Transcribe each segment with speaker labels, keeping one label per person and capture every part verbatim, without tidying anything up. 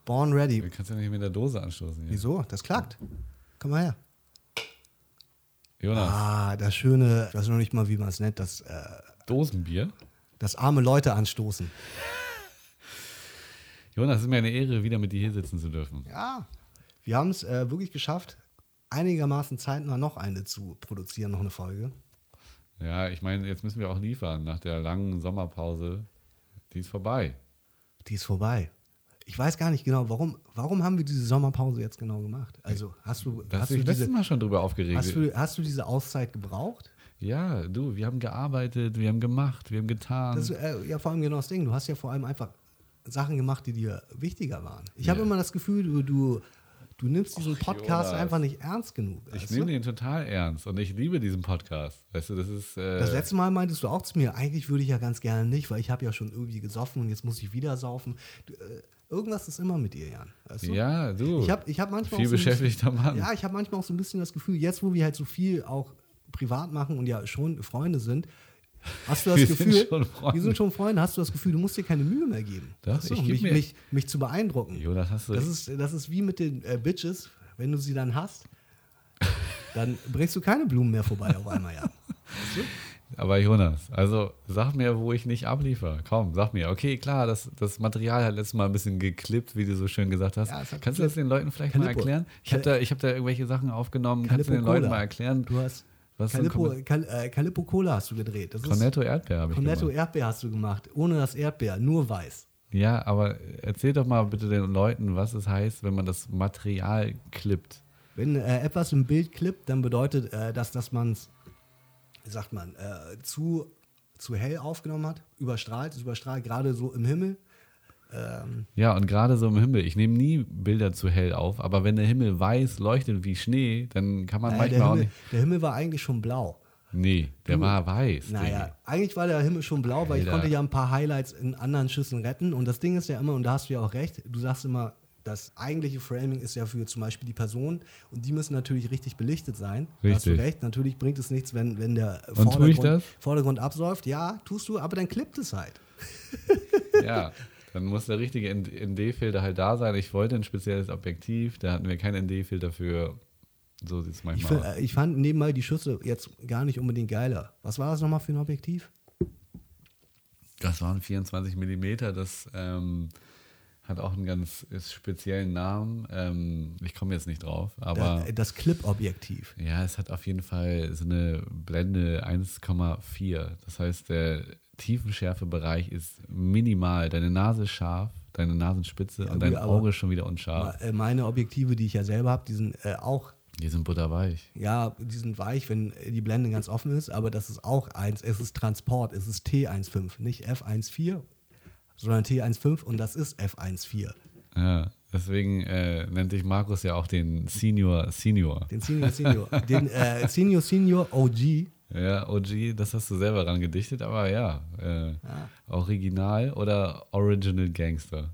Speaker 1: Born ready.
Speaker 2: Du kannst ja nicht mit der Dose anstoßen. Hier.
Speaker 1: Wieso? Das klackt. Komm mal her.
Speaker 2: Jonas.
Speaker 1: Ah, das schöne, ich weiß noch nicht mal, wie man es nennt, das, äh,
Speaker 2: Dosenbier?
Speaker 1: das arme Leute anstoßen.
Speaker 2: Jonas, es ist mir eine Ehre, wieder mit dir hier sitzen zu dürfen.
Speaker 1: Ja, wir haben es äh, wirklich geschafft, einigermaßen zeitnah noch eine zu produzieren, noch eine Folge.
Speaker 2: Ja, ich meine, jetzt müssen wir auch liefern. Nach der langen Sommerpause, die ist vorbei.
Speaker 1: Die ist vorbei. Ich weiß gar nicht genau, warum, warum haben wir diese Sommerpause jetzt genau gemacht? Also hast du,
Speaker 2: Da
Speaker 1: hast
Speaker 2: hast du
Speaker 1: du
Speaker 2: dich letztes
Speaker 1: diese,
Speaker 2: Mal schon drüber aufgeregt.
Speaker 1: hast du, hast du diese Auszeit gebraucht?
Speaker 2: Ja, du, wir haben gearbeitet, wir haben gemacht, wir haben getan.
Speaker 1: Das ist äh, ja vor allem genau das Ding. Du hast ja vor allem einfach Sachen gemacht, die dir wichtiger waren. Ich
Speaker 2: Ja.
Speaker 1: habe immer das Gefühl, du, du, du nimmst diesen
Speaker 2: Och,
Speaker 1: Podcast
Speaker 2: Jonas.
Speaker 1: einfach nicht ernst genug.
Speaker 2: Ich
Speaker 1: weißt
Speaker 2: nehme
Speaker 1: du?
Speaker 2: den total ernst und ich liebe diesen Podcast. Weißt du, das ist. Äh,
Speaker 1: Das letzte Mal meintest du auch zu mir, eigentlich würde ich ja ganz gerne nicht, weil ich habe ja schon irgendwie gesoffen und jetzt muss ich wieder saufen. Du, äh, irgendwas ist immer mit dir, Jan. Weißt du?
Speaker 2: Ja, du.
Speaker 1: Ich habe ich hab manchmal
Speaker 2: viel
Speaker 1: auch so ein bisschen-
Speaker 2: beschäftigter Mann.
Speaker 1: Ja, ich habe manchmal auch so ein bisschen das Gefühl, jetzt wo wir halt so viel auch privat machen und ja schon Freunde sind, hast du das
Speaker 2: Wir sind
Speaker 1: Gefühl,
Speaker 2: schon Freunde.
Speaker 1: wir sind schon Freunde, hast du das Gefühl, du musst dir keine Mühe mehr geben.
Speaker 2: Doch,
Speaker 1: Weißt du?
Speaker 2: ich geb
Speaker 1: mich,
Speaker 2: mir-
Speaker 1: mich, mich zu beeindrucken.
Speaker 2: Jonas, hast du.
Speaker 1: Das ist, das ist wie mit den äh, Bitches, wenn du sie dann hast, dann bringst du keine Blumen mehr vorbei auf einmal, ja. Weißt du?
Speaker 2: Aber Jonas, also sag mir, wo ich nicht abliefer. Komm, sag mir. Okay, klar, das, das Material hat letztes Mal ein bisschen geklippt, wie du so schön gesagt hast.
Speaker 1: Ja, es hat
Speaker 2: Kannst du das den Leuten vielleicht mal
Speaker 1: Calippo.
Speaker 2: erklären? Ich habe
Speaker 1: Cal-
Speaker 2: da, ich hab da irgendwelche Sachen aufgenommen. Kannst du den
Speaker 1: Calippo
Speaker 2: Leuten
Speaker 1: Cola.
Speaker 2: mal erklären?
Speaker 1: Du hast
Speaker 2: Was so ein
Speaker 1: Calippo,
Speaker 2: Con-
Speaker 1: Cal, äh, Calippo Cola hast du gedreht. Das ist
Speaker 2: Cornetto Erdbeer habe ich
Speaker 1: Cornetto
Speaker 2: gemacht.
Speaker 1: Erdbeer hast du gemacht, ohne das Erdbeer, nur weiß.
Speaker 2: Ja, aber erzähl doch mal bitte den Leuten, was es heißt, wenn man das Material klippt.
Speaker 1: Wenn äh, etwas im Bild klippt, dann bedeutet äh, das, dass man es, wie sagt man, äh, zu, zu hell aufgenommen hat, überstrahlt, es überstrahlt gerade so im Himmel. Ähm,
Speaker 2: Ja, und gerade so im Himmel. Ich nehme nie Bilder zu hell auf, aber wenn der Himmel weiß leuchtet wie Schnee, dann kann man
Speaker 1: naja,
Speaker 2: manchmal
Speaker 1: der,
Speaker 2: auch
Speaker 1: Himmel,
Speaker 2: nicht.
Speaker 1: der Himmel war eigentlich schon blau.
Speaker 2: Nee, der
Speaker 1: Du-
Speaker 2: war weiß.
Speaker 1: Naja, eigentlich war der Himmel schon blau, weil ich
Speaker 2: Alter.
Speaker 1: konnte ja ein paar Highlights in anderen Schüssen retten. Und das Ding ist ja immer, und da hast du ja auch recht, du sagst immer, das eigentliche Framing ist ja für zum Beispiel die Person und die müssen natürlich richtig belichtet sein. Da hast du
Speaker 2: Richtig.
Speaker 1: recht, natürlich bringt es nichts, wenn, wenn der
Speaker 2: Und tue ich
Speaker 1: Vordergrund,
Speaker 2: das?
Speaker 1: Vordergrund absäuft. Ja, tust du, aber dann klippt es halt.
Speaker 2: Ja, dann muss der richtige N D-Filter halt da sein. Ich wollte ein spezielles Objektiv, da hatten wir keinen N D-Filter für. So sieht es
Speaker 1: Ich,
Speaker 2: manchmal
Speaker 1: find,
Speaker 2: aus.
Speaker 1: äh, ich fand nebenbei die Schüsse jetzt gar nicht unbedingt geiler. Was war das nochmal für ein Objektiv?
Speaker 2: Das waren vierundzwanzig Millimeter, das ähm, hat auch einen ganz speziellen Namen. Ähm, ich komme jetzt nicht drauf, aber
Speaker 1: Da- das Clip-Objektiv.
Speaker 2: ja, es hat auf jeden Fall so eine Blende eins Komma vier. Das heißt, der Tiefenschärfebereich ist minimal. Deine Nase ist scharf, deine Nasenspitze
Speaker 1: Ja,
Speaker 2: und dein
Speaker 1: gut, aber-
Speaker 2: Auge ist schon wieder unscharf.
Speaker 1: Äh, Meine Objektive, die ich ja selber habe, die sind äh, auch
Speaker 2: Die sind butterweich.
Speaker 1: Ja, die sind weich, wenn die Blende ganz offen ist, aber das ist auch eins, es ist Transport, es ist T eins Komma fünf, nicht F eins Komma vier, sondern T eins Komma fünf und das ist F eins Komma vier.
Speaker 2: Ja, deswegen äh, nennt sich Markus ja auch den Senior Senior.
Speaker 1: Den Senior Senior, den äh, Senior Senior O G.
Speaker 2: Ja, O G, das hast du selber ran gedichtet, aber ja, äh,
Speaker 1: Ja.
Speaker 2: Original oder Original Gangster?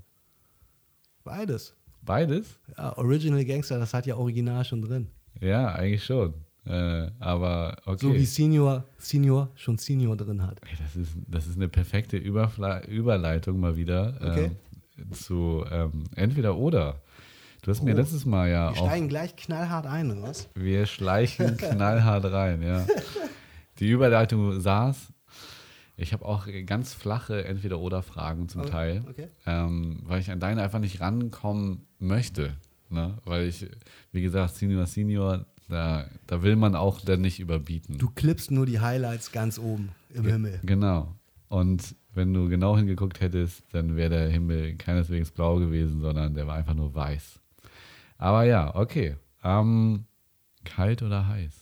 Speaker 1: Beides.
Speaker 2: Beides?
Speaker 1: Ja, Original Gangster, das hat ja Original schon drin.
Speaker 2: Ja, eigentlich schon. Äh, aber okay.
Speaker 1: So wie Senior Senior schon Senior drin hat.
Speaker 2: Ey, das, ist, das ist eine perfekte Überfla Überleitung mal wieder
Speaker 1: Okay.
Speaker 2: ähm, zu ähm, entweder oder. Du hast mir
Speaker 1: Oh,
Speaker 2: letztes Mal ja
Speaker 1: Wir
Speaker 2: auch.
Speaker 1: steigen gleich knallhart ein, oder was?
Speaker 2: Wir schleichen knallhart rein, ja. Die Überleitung saß. Ich habe auch ganz flache Entweder-Oder-Fragen zum
Speaker 1: Okay,
Speaker 2: Teil,
Speaker 1: okay.
Speaker 2: ähm, weil ich an deine einfach nicht rankommen möchte. Ne? Weil ich, wie gesagt, Senior, Senior, da, da will man auch dann nicht überbieten.
Speaker 1: Du klippst nur die Highlights ganz oben im Himmel.
Speaker 2: Genau. Und wenn du genau hingeguckt hättest, dann wäre der Himmel keineswegs blau gewesen, sondern der war einfach nur weiß. Aber ja, okay. Ähm, kalt oder heiß?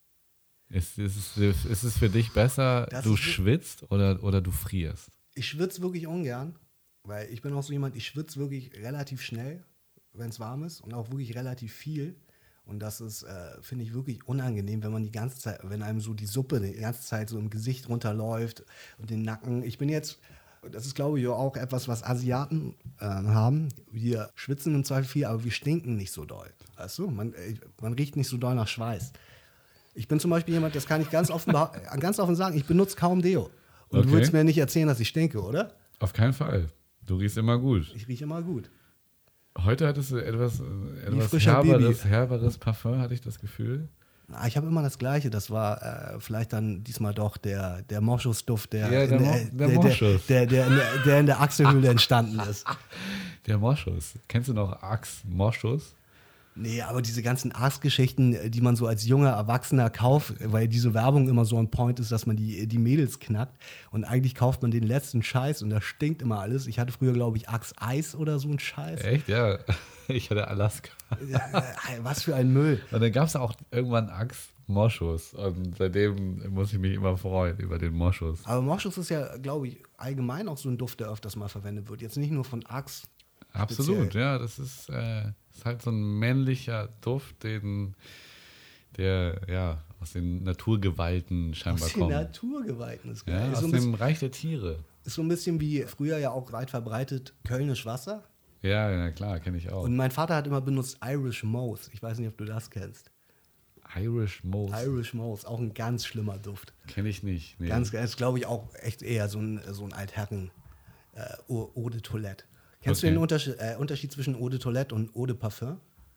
Speaker 2: Ist, ist, es, ist es für dich besser,
Speaker 1: Das
Speaker 2: du
Speaker 1: ist-
Speaker 2: schwitzt oder, oder du frierst?
Speaker 1: Ich schwitze wirklich ungern, weil ich bin auch so jemand, ich schwitze wirklich relativ schnell, wenn es warm ist und auch wirklich relativ viel. Und das ist, äh, finde ich, wirklich unangenehm, wenn man die ganze Zeit, wenn einem so die Suppe die ganze Zeit so im Gesicht runterläuft und den Nacken. Ich bin jetzt, das ist glaube ich auch etwas, was Asiaten äh, haben. Wir schwitzen im Zweifel viel, aber wir stinken nicht so doll. Weißt du, man, äh, man riecht nicht so doll nach Schweiß. Ich bin zum Beispiel jemand, das kann ich ganz offen, behau- ganz offen sagen, ich benutze kaum Deo. Und
Speaker 2: Okay.
Speaker 1: du willst mir nicht erzählen, dass ich stinke, oder?
Speaker 2: Auf keinen Fall. Du riechst immer gut.
Speaker 1: Ich rieche immer gut.
Speaker 2: Heute hattest du etwas, äh, etwas
Speaker 1: frischer
Speaker 2: herberes,
Speaker 1: Baby.
Speaker 2: herberes Parfum, hatte ich das Gefühl.
Speaker 1: Ah, ich habe immer das Gleiche. Das war äh, vielleicht dann diesmal doch der, der Moschusduft, der,
Speaker 2: Ja, der
Speaker 1: in
Speaker 2: Mo-
Speaker 1: der,
Speaker 2: der
Speaker 1: der,
Speaker 2: Moschus.
Speaker 1: der, der, in der, der in der Achselhöhle entstanden ist.
Speaker 2: Der Moschus. Kennst du noch Axe Moschus?
Speaker 1: Nee, aber diese ganzen Arztgeschichten, die man so als junger Erwachsener kauft, weil diese Werbung immer so ein Point ist, dass man die, die Mädels knackt und eigentlich kauft man den letzten Scheiß und da stinkt immer alles. Ich hatte früher, glaube ich, Axe Eis oder so ein Scheiß.
Speaker 2: Echt? Ja. Ich hatte Alaska.
Speaker 1: Ja, was für ein Müll.
Speaker 2: Und dann gab es auch irgendwann Axe Moschus. Und seitdem muss ich mich immer freuen über den Moschus.
Speaker 1: Aber Moschus ist ja, glaube ich, allgemein auch so ein Duft, der öfters mal verwendet wird. Jetzt nicht nur von Axe.
Speaker 2: Absolut,
Speaker 1: Speziell.
Speaker 2: ja. Das ist, äh, ist halt so ein männlicher Duft, den, der ja aus den Naturgewalten scheinbar
Speaker 1: Aus den
Speaker 2: kommt.
Speaker 1: Naturgewalten ist geil.
Speaker 2: Ja,
Speaker 1: ist,
Speaker 2: aus
Speaker 1: so ein
Speaker 2: dem
Speaker 1: bisschen,
Speaker 2: Reich der Tiere.
Speaker 1: ist so ein bisschen wie früher ja auch weit verbreitet Kölnisch Wasser.
Speaker 2: Ja, ja klar, kenne ich auch.
Speaker 1: Und mein Vater hat immer benutzt Irish Moss. Ich weiß nicht, ob du das kennst.
Speaker 2: Irish Moss.
Speaker 1: Irish Moss, auch ein ganz schlimmer Duft.
Speaker 2: Kenne ich nicht. Nee.
Speaker 1: Ganz, das ist, glaube ich, auch echt eher so ein, so ein Altherren äh, Eau Eau de Toilette. Kennst
Speaker 2: Okay.
Speaker 1: du den Unterschied, äh, Unterschied zwischen Eau de Toilette und Eau de Parfum?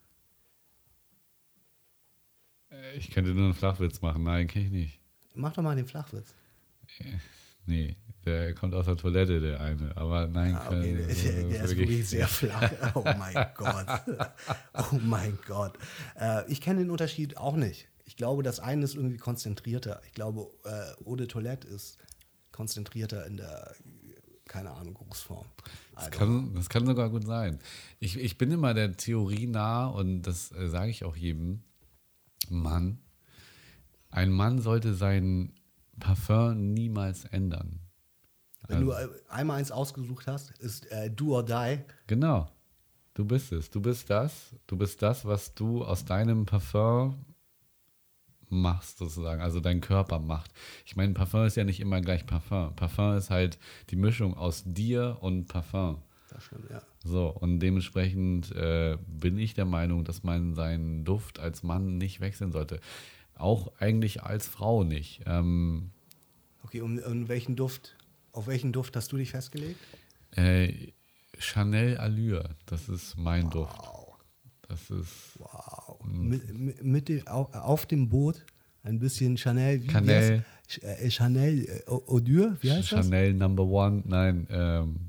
Speaker 2: Ich könnte nur einen Flachwitz machen. Nein, kenne ich nicht.
Speaker 1: Mach doch mal den Flachwitz.
Speaker 2: Nee, der kommt aus der Toilette, der eine. Aber nein,
Speaker 1: Ah, okay, der,
Speaker 2: äh,
Speaker 1: der, der ist
Speaker 2: wirklich-
Speaker 1: wirklich sehr flach. Oh mein Gott. Oh mein Gott. Äh, ich kenne den Unterschied auch nicht. Ich glaube, das eine ist irgendwie konzentrierter. Ich glaube, äh, Eau de Toilette ist konzentrierter in der, keine Ahnung, Geruchsform.
Speaker 2: Das kann, das kann sogar gut sein. Ich, ich bin immer der Theorie nah und das äh, sage ich auch jedem Mann. Ein Mann sollte sein Parfum niemals ändern.
Speaker 1: Wenn du äh, einmal eins ausgesucht hast, ist äh, Do or Die.
Speaker 2: Genau. Du bist es. Du bist das. Du bist das, was du aus deinem Parfum machst, sozusagen. Also dein Körper macht. Ich meine, Parfum ist ja nicht immer gleich Parfum. Parfum ist halt die Mischung aus dir und Parfum.
Speaker 1: Das stimmt, ja.
Speaker 2: So, und dementsprechend äh, bin ich der Meinung, dass man seinen Duft als Mann nicht wechseln sollte. Auch eigentlich als Frau nicht. Ähm,
Speaker 1: Okay, um, um welchen Duft, auf welchen Duft hast du dich festgelegt?
Speaker 2: äh, Chanel Allure, das ist mein Duft.
Speaker 1: Wow.
Speaker 2: Das ist
Speaker 1: Wow.
Speaker 2: Hm.
Speaker 1: Mit, mit, mit dem, au- auf dem Boot ein bisschen Chanel. Wie,
Speaker 2: Chanel.
Speaker 1: Wie heißt, äh, Chanel äh, Eau Eau d'Ur, wie heißt das?
Speaker 2: Chanel Number One, nein, ähm,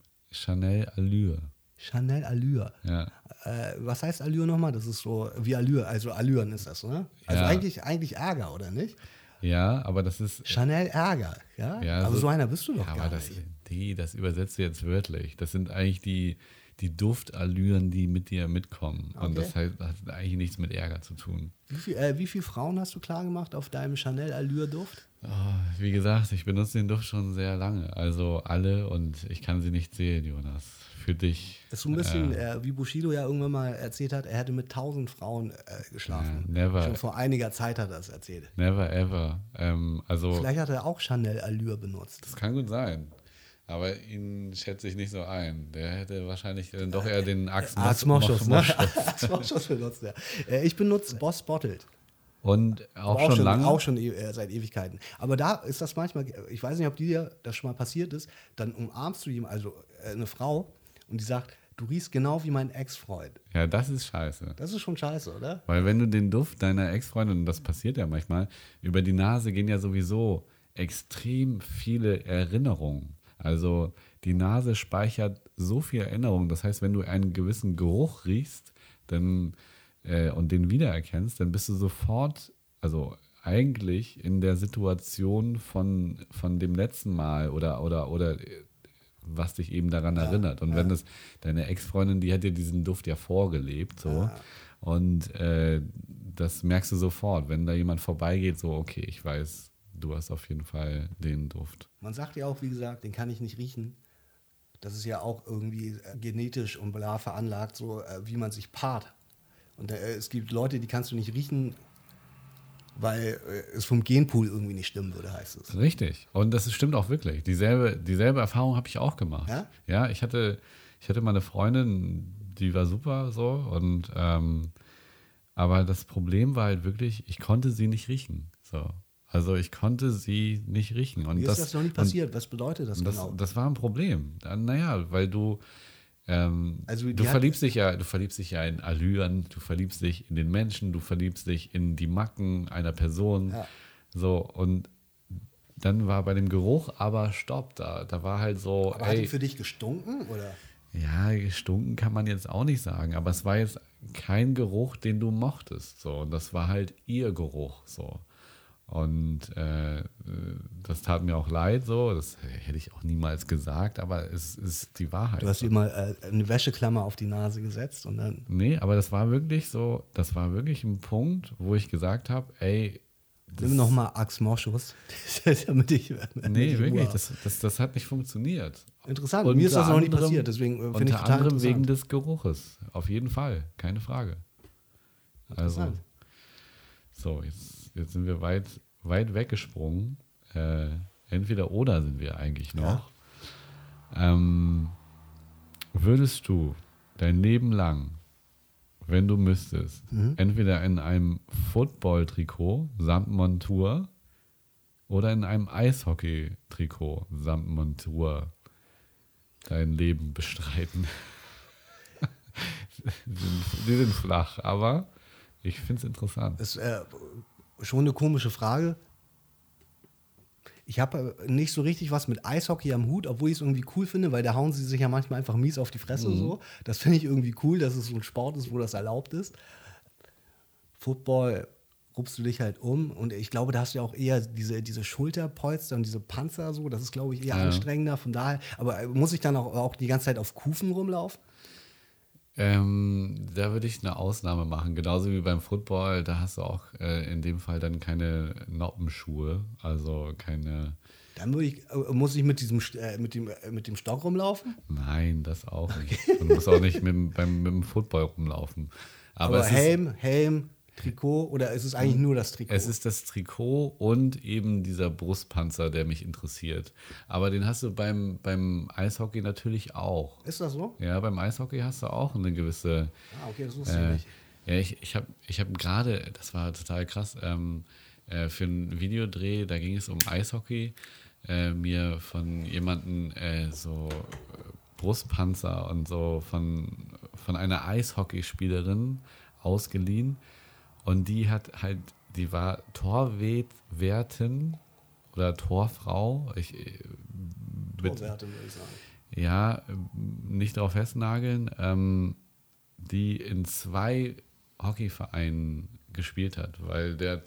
Speaker 2: Chanel Allure.
Speaker 1: Chanel Allure.
Speaker 2: Ja.
Speaker 1: Äh, was heißt Allure nochmal? Das ist so wie Allure, also Allüren ist das, ne? Also
Speaker 2: Ja.
Speaker 1: eigentlich, eigentlich Ärger, oder nicht?
Speaker 2: ja, aber das ist.
Speaker 1: Chanel Ärger, ja?
Speaker 2: Ja,
Speaker 1: aber
Speaker 2: so-
Speaker 1: so einer bist du doch
Speaker 2: Ja,
Speaker 1: gar
Speaker 2: aber das,
Speaker 1: nicht.
Speaker 2: die, das übersetzt du jetzt wörtlich. Das sind eigentlich die, die Duftallüren, die mit dir mitkommen. Und
Speaker 1: Okay.
Speaker 2: das heißt, das hat eigentlich nichts mit Ärger zu tun.
Speaker 1: Wie, viel, äh, wie viele Frauen hast du klar gemacht auf deinem Chanel Allure Duft?
Speaker 2: Oh, wie gesagt, ich benutze den Duft schon sehr lange. Also alle und ich kann sie nicht sehen, Jonas. Für dich.
Speaker 1: Das ist so ein bisschen, äh, wie Bushido ja irgendwann mal erzählt hat, er hätte mit tausend Frauen äh, geschlafen.
Speaker 2: Ja, never.
Speaker 1: Schon vor einiger Zeit hat er das erzählt.
Speaker 2: Never ever. Ähm, also,
Speaker 1: Vielleicht hat er auch Chanel Allure benutzt.
Speaker 2: das kann gut sein. Aber ihn schätze ich nicht so ein. Der hätte wahrscheinlich dann doch eher den Axe
Speaker 1: Axe Moschus, ne? Axe Moschus benutzt er. Äh, ich benutze Boss Bottled.
Speaker 2: Und auch, schon lange.
Speaker 1: Auch schon äh, seit Ewigkeiten. Aber da ist das manchmal, ich weiß nicht, ob dir das schon mal passiert ist, dann umarmst du jemanden, also äh, eine Frau, und die sagt, du riechst genau wie mein Ex-Freund.
Speaker 2: Ja, das ist scheiße.
Speaker 1: Das ist schon scheiße, oder?
Speaker 2: Weil wenn du den Duft deiner Ex-Freundin, und das passiert ja manchmal, über die Nase gehen ja sowieso extrem viele Erinnerungen. Also die Nase speichert so viel Erinnerungen. Das heißt, wenn du einen gewissen Geruch riechst dann, äh, und den wiedererkennst, dann bist du sofort, also eigentlich in der Situation von, von dem letzten Mal oder, oder, oder äh, was dich eben daran
Speaker 1: Ja,
Speaker 2: erinnert. Und
Speaker 1: ja.
Speaker 2: wenn das deine Ex-Freundin, die hat dir diesen Duft ja vorgelebt, so.
Speaker 1: Ja.
Speaker 2: Und äh, das merkst du sofort, wenn da jemand vorbeigeht, so, okay, ich weiß, du hast auf jeden Fall den Duft.
Speaker 1: Man sagt ja auch, wie gesagt, den kann ich nicht riechen. Das ist ja auch irgendwie äh, genetisch und bla veranlagt, so äh, wie man sich paart. Und äh, es gibt Leute, die kannst du nicht riechen, weil äh, es vom Genpool irgendwie nicht stimmen würde, heißt es.
Speaker 2: Richtig. Und das ist- stimmt auch wirklich. Dieselbe, dieselbe Erfahrung habe ich auch gemacht.
Speaker 1: Ja?
Speaker 2: Ja, ich hatte, ich hatte mal eine Freundin, die war super so. Und ähm, aber das Problem war halt wirklich, ich konnte sie nicht riechen. So. Also ich konnte sie nicht riechen. Und
Speaker 1: Mir
Speaker 2: das,
Speaker 1: ist das noch nie
Speaker 2: und-
Speaker 1: passiert. Was bedeutet das
Speaker 2: Und das,
Speaker 1: genau?
Speaker 2: das war ein Problem. Dann, naja, weil du, Ähm,
Speaker 1: Also die
Speaker 2: du
Speaker 1: hat-
Speaker 2: verliebst dich ja, du verliebst dich ja in Allüren, du verliebst dich in den Menschen, du verliebst dich in die Macken einer Person.
Speaker 1: Ja.
Speaker 2: So, und dann war bei dem Geruch aber Stopp da. Da war halt so,
Speaker 1: Aber hat die
Speaker 2: ey,
Speaker 1: für dich gestunken? Oder?
Speaker 2: ja, gestunken kann man jetzt auch nicht sagen, aber es war jetzt kein Geruch, den du mochtest. So, und das war halt ihr Geruch. So. Und äh, das tat mir auch leid, so. Das hätte ich auch niemals gesagt, aber es ist die Wahrheit.
Speaker 1: Du hast ihr mal äh, eine Wäscheklammer auf die Nase gesetzt und dann.
Speaker 2: Nee, aber das war wirklich so, das war wirklich ein Punkt, wo ich gesagt habe, ey, das,
Speaker 1: Nimm nochmal Axe Moschus. damit ich, damit
Speaker 2: nee,
Speaker 1: ich
Speaker 2: wirklich,
Speaker 1: Ruhe hab.
Speaker 2: das, das, das hat nicht funktioniert.
Speaker 1: Interessant.
Speaker 2: Unter
Speaker 1: Mir ist das noch nicht
Speaker 2: anderem-
Speaker 1: passiert, deswegen äh, finde ich
Speaker 2: Unter
Speaker 1: total
Speaker 2: anderem
Speaker 1: interessant.
Speaker 2: wegen des Geruches, auf jeden Fall, keine Frage. Also,
Speaker 1: Interessant.
Speaker 2: so, jetzt, jetzt sind wir weit, weit weggesprungen. Äh, entweder oder sind wir eigentlich noch. Ähm, würdest du dein Leben lang, wenn du müsstest,
Speaker 1: Mhm.
Speaker 2: entweder in einem Football-Trikot samt Montur oder in einem Eishockey-Trikot samt Montur dein Leben bestreiten? die, sind, die sind flach, aber ich finde es interessant.
Speaker 1: Ist äh, schon eine komische Frage. Ich habe äh, nicht so richtig was mit Eishockey am Hut, obwohl ich es irgendwie cool finde, weil da hauen sie sich ja manchmal einfach mies auf die Fresse.
Speaker 2: Mhm.
Speaker 1: So. Das finde ich irgendwie cool, dass es so ein Sport ist, wo das erlaubt ist. Football rupst du dich halt um und ich glaube, da hast du ja auch eher diese, diese Schulterpolster und diese Panzer so, das ist, glaube ich, eher
Speaker 2: Ja.
Speaker 1: anstrengender, von daher, aber äh, muss ich dann auch, auch die ganze Zeit auf Kufen rumlaufen?
Speaker 2: Ähm, da würde ich eine Ausnahme machen. Genauso wie beim Football, da hast du auch äh, in dem Fall dann keine Noppenschuhe, also keine.
Speaker 1: Dann würde ich, äh, muss ich mit diesem, St- äh, mit dem, äh, mit dem Stock rumlaufen?
Speaker 2: Nein, das auch nicht. Und du musst auch nicht mit, dem- beim, mit dem Football rumlaufen. Aber,
Speaker 1: Aber,
Speaker 2: es, ist,
Speaker 1: Helm, Helm, Trikot oder ist es eigentlich nur das Trikot?
Speaker 2: es ist das Trikot und eben dieser Brustpanzer, der mich interessiert. Aber den hast du beim, beim Eishockey natürlich auch.
Speaker 1: Ist das so?
Speaker 2: Ja, beim Eishockey hast du auch eine gewisse.
Speaker 1: Ah, okay, das wusste ich
Speaker 2: Äh,
Speaker 1: nicht.
Speaker 2: ja, ich, ich habe ich hab gerade, das war total krass, ähm, äh, für einen Videodreh, da ging es um Eishockey, äh, mir von jemandem äh, so äh, Brustpanzer und so von, von einer Eishockeyspielerin ausgeliehen. Und die hat halt, die war Torwärtin oder Torfrau. Ich, äh, bitte-
Speaker 1: Torwerte, würde ich sagen.
Speaker 2: ja, nicht darauf festnageln, ähm, die in zwei Hockeyvereinen gespielt hat, weil der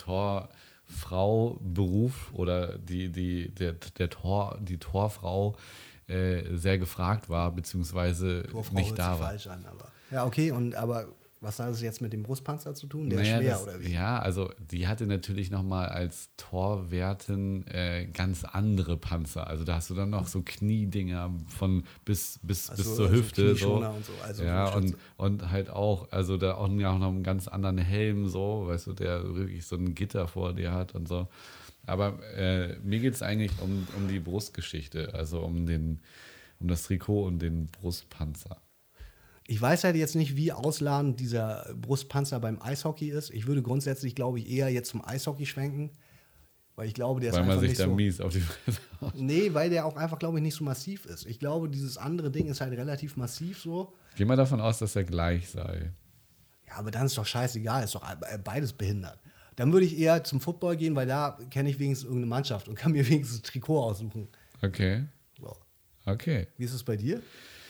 Speaker 2: Torfrau-Beruf oder die, die, der, der Tor, die Torfrau äh, sehr gefragt war, beziehungsweise
Speaker 1: Torfrau
Speaker 2: nicht
Speaker 1: hört
Speaker 2: da
Speaker 1: sich
Speaker 2: war.
Speaker 1: falsch an, aber. Ja, okay, und aber was hat es jetzt mit dem Brustpanzer zu tun? Der
Speaker 2: Naja,
Speaker 1: ist schwer,
Speaker 2: das,
Speaker 1: oder wie?
Speaker 2: Ja, also die hatte natürlich nochmal als Torwärtin äh, ganz andere Panzer. Also da hast du dann noch so Kniedinger von bis, bis,
Speaker 1: Also,
Speaker 2: bis zur
Speaker 1: also
Speaker 2: Hüfte. So.
Speaker 1: Knieschoner und so. Also
Speaker 2: Ja,
Speaker 1: so
Speaker 2: und,
Speaker 1: Schütze.
Speaker 2: und halt auch, also da auch, ja, auch noch einen ganz anderen Helm, so, weißt du, der wirklich so ein Gitter vor dir hat und so. Aber äh, mir geht es eigentlich um, um die Brustgeschichte, also um den, um das Trikot und den Brustpanzer.
Speaker 1: Ich weiß halt jetzt nicht, wie ausladend dieser Brustpanzer beim Eishockey ist. Ich würde grundsätzlich, glaube ich, eher jetzt zum Eishockey schwenken, weil ich glaube, der ist
Speaker 2: Weil man
Speaker 1: einfach
Speaker 2: sich
Speaker 1: nicht
Speaker 2: da
Speaker 1: so.
Speaker 2: mies auf die Fresse haut.
Speaker 1: Nee, weil der auch einfach, glaube ich, nicht so massiv ist. Ich glaube, dieses andere Ding ist halt relativ massiv so.
Speaker 2: Geh mal davon aus, dass er gleich sei.
Speaker 1: Ja, aber dann ist doch scheißegal, ist doch beides behindert. Dann würde ich eher zum Football gehen, weil da kenne ich wenigstens irgendeine Mannschaft und kann mir wenigstens ein Trikot aussuchen.
Speaker 2: Okay,
Speaker 1: So.
Speaker 2: okay.
Speaker 1: Wie ist es bei dir?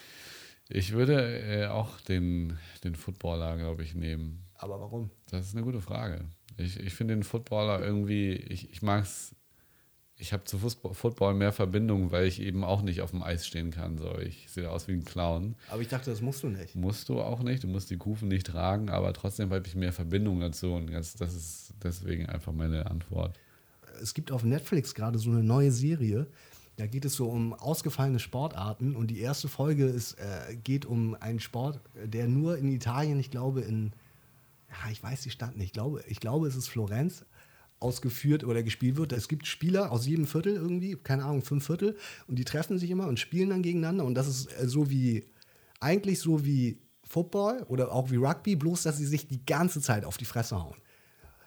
Speaker 2: Ich würde äh, auch den, den Footballer, glaube ich, nehmen.
Speaker 1: Aber warum?
Speaker 2: Das ist eine gute Frage. Ich, ich finde den Footballer irgendwie, ich, ich mag es, ich habe zu Fußball, Football mehr Verbindung, weil ich eben auch nicht auf dem Eis stehen kann. So. Ich sehe aus wie ein Clown.
Speaker 1: Aber ich dachte, das musst du nicht.
Speaker 2: Musst du auch nicht, du musst die Kufen nicht tragen, aber trotzdem habe ich mehr Verbindung dazu und das, das ist deswegen einfach meine Antwort.
Speaker 1: Es gibt auf Netflix gerade so eine neue Serie. Da geht es so um ausgefallene Sportarten und die erste Folge ist, äh, geht um einen Sport, der nur in Italien, ich glaube in, ja, ich weiß die Stadt nicht, ich glaube, ich glaube es ist Florenz, ausgeführt oder gespielt wird. Es gibt Spieler aus jedem Viertel irgendwie, keine Ahnung, fünf Viertel und die treffen sich immer und spielen dann gegeneinander und das ist äh, so wie, eigentlich so wie Football oder auch wie Rugby, bloß dass sie sich die ganze Zeit auf die Fresse hauen.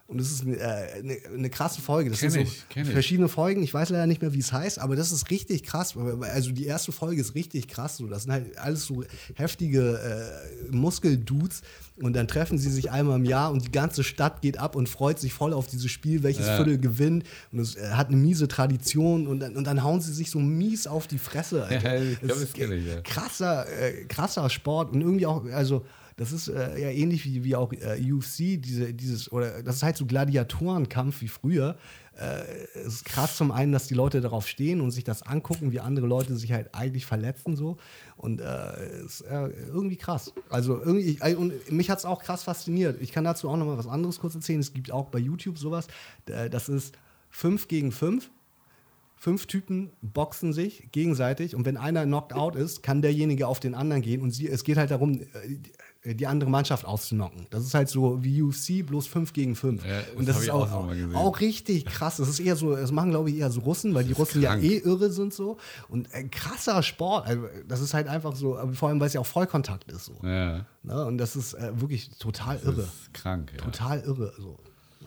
Speaker 1: Und es ist eine, äh, eine, eine krasse Folge. Das
Speaker 2: Kenn
Speaker 1: sind
Speaker 2: ich,
Speaker 1: so
Speaker 2: kenn ich.
Speaker 1: verschiedene Folgen. Ich weiß leider nicht mehr, wie es heißt, aber das ist richtig krass. Also die erste Folge ist richtig krass. So. Das sind halt alles so heftige äh, Muskeldudes. Und dann treffen sie sich einmal im Jahr und die ganze Stadt geht ab und freut sich voll auf dieses Spiel, welches
Speaker 2: Ja.
Speaker 1: Viertel gewinnt. Und es äh, hat eine miese Tradition. Und dann, und dann hauen sie sich so mies auf die Fresse. Alter.
Speaker 2: Ja, ich glaub,
Speaker 1: Das
Speaker 2: das
Speaker 1: ist
Speaker 2: kenn ich, ja.
Speaker 1: krasser, äh, krasser Sport. Und irgendwie auch, also das ist äh, ja ähnlich wie, wie auch äh, U F C, diese, dieses, oder das ist halt so Gladiatorenkampf wie früher. Äh, es ist krass zum einen, dass die Leute darauf stehen und sich das angucken, wie andere Leute sich halt eigentlich verletzen so. Und äh, ist äh, irgendwie krass. Also irgendwie, ich, und mich hat es auch krass fasziniert. Ich kann dazu auch noch mal was anderes kurz erzählen. Es gibt auch bei YouTube sowas. Äh, das ist fünf gegen fünf. Fünf Typen boxen sich gegenseitig und wenn einer knocked out ist, kann derjenige auf den anderen gehen und sie, es geht halt darum, die andere Mannschaft auszunocken. Das ist halt so wie U F C, bloß fünf gegen fünf.
Speaker 2: Ja,
Speaker 1: und
Speaker 2: das
Speaker 1: das
Speaker 2: hab
Speaker 1: ist
Speaker 2: ich
Speaker 1: auch,
Speaker 2: auch schon mal gesehen.
Speaker 1: auch richtig krass. Das ist eher so, das machen glaube ich eher so Russen, weil die Russen
Speaker 2: krank.
Speaker 1: ja eh irre sind so. Und ein krasser Sport. Also das ist halt einfach so, vor allem weil es ja auch Vollkontakt ist so.
Speaker 2: Ja,
Speaker 1: Ne? Und das ist äh, wirklich total
Speaker 2: das
Speaker 1: irre.
Speaker 2: ist krank. Ja.
Speaker 1: Total irre. So.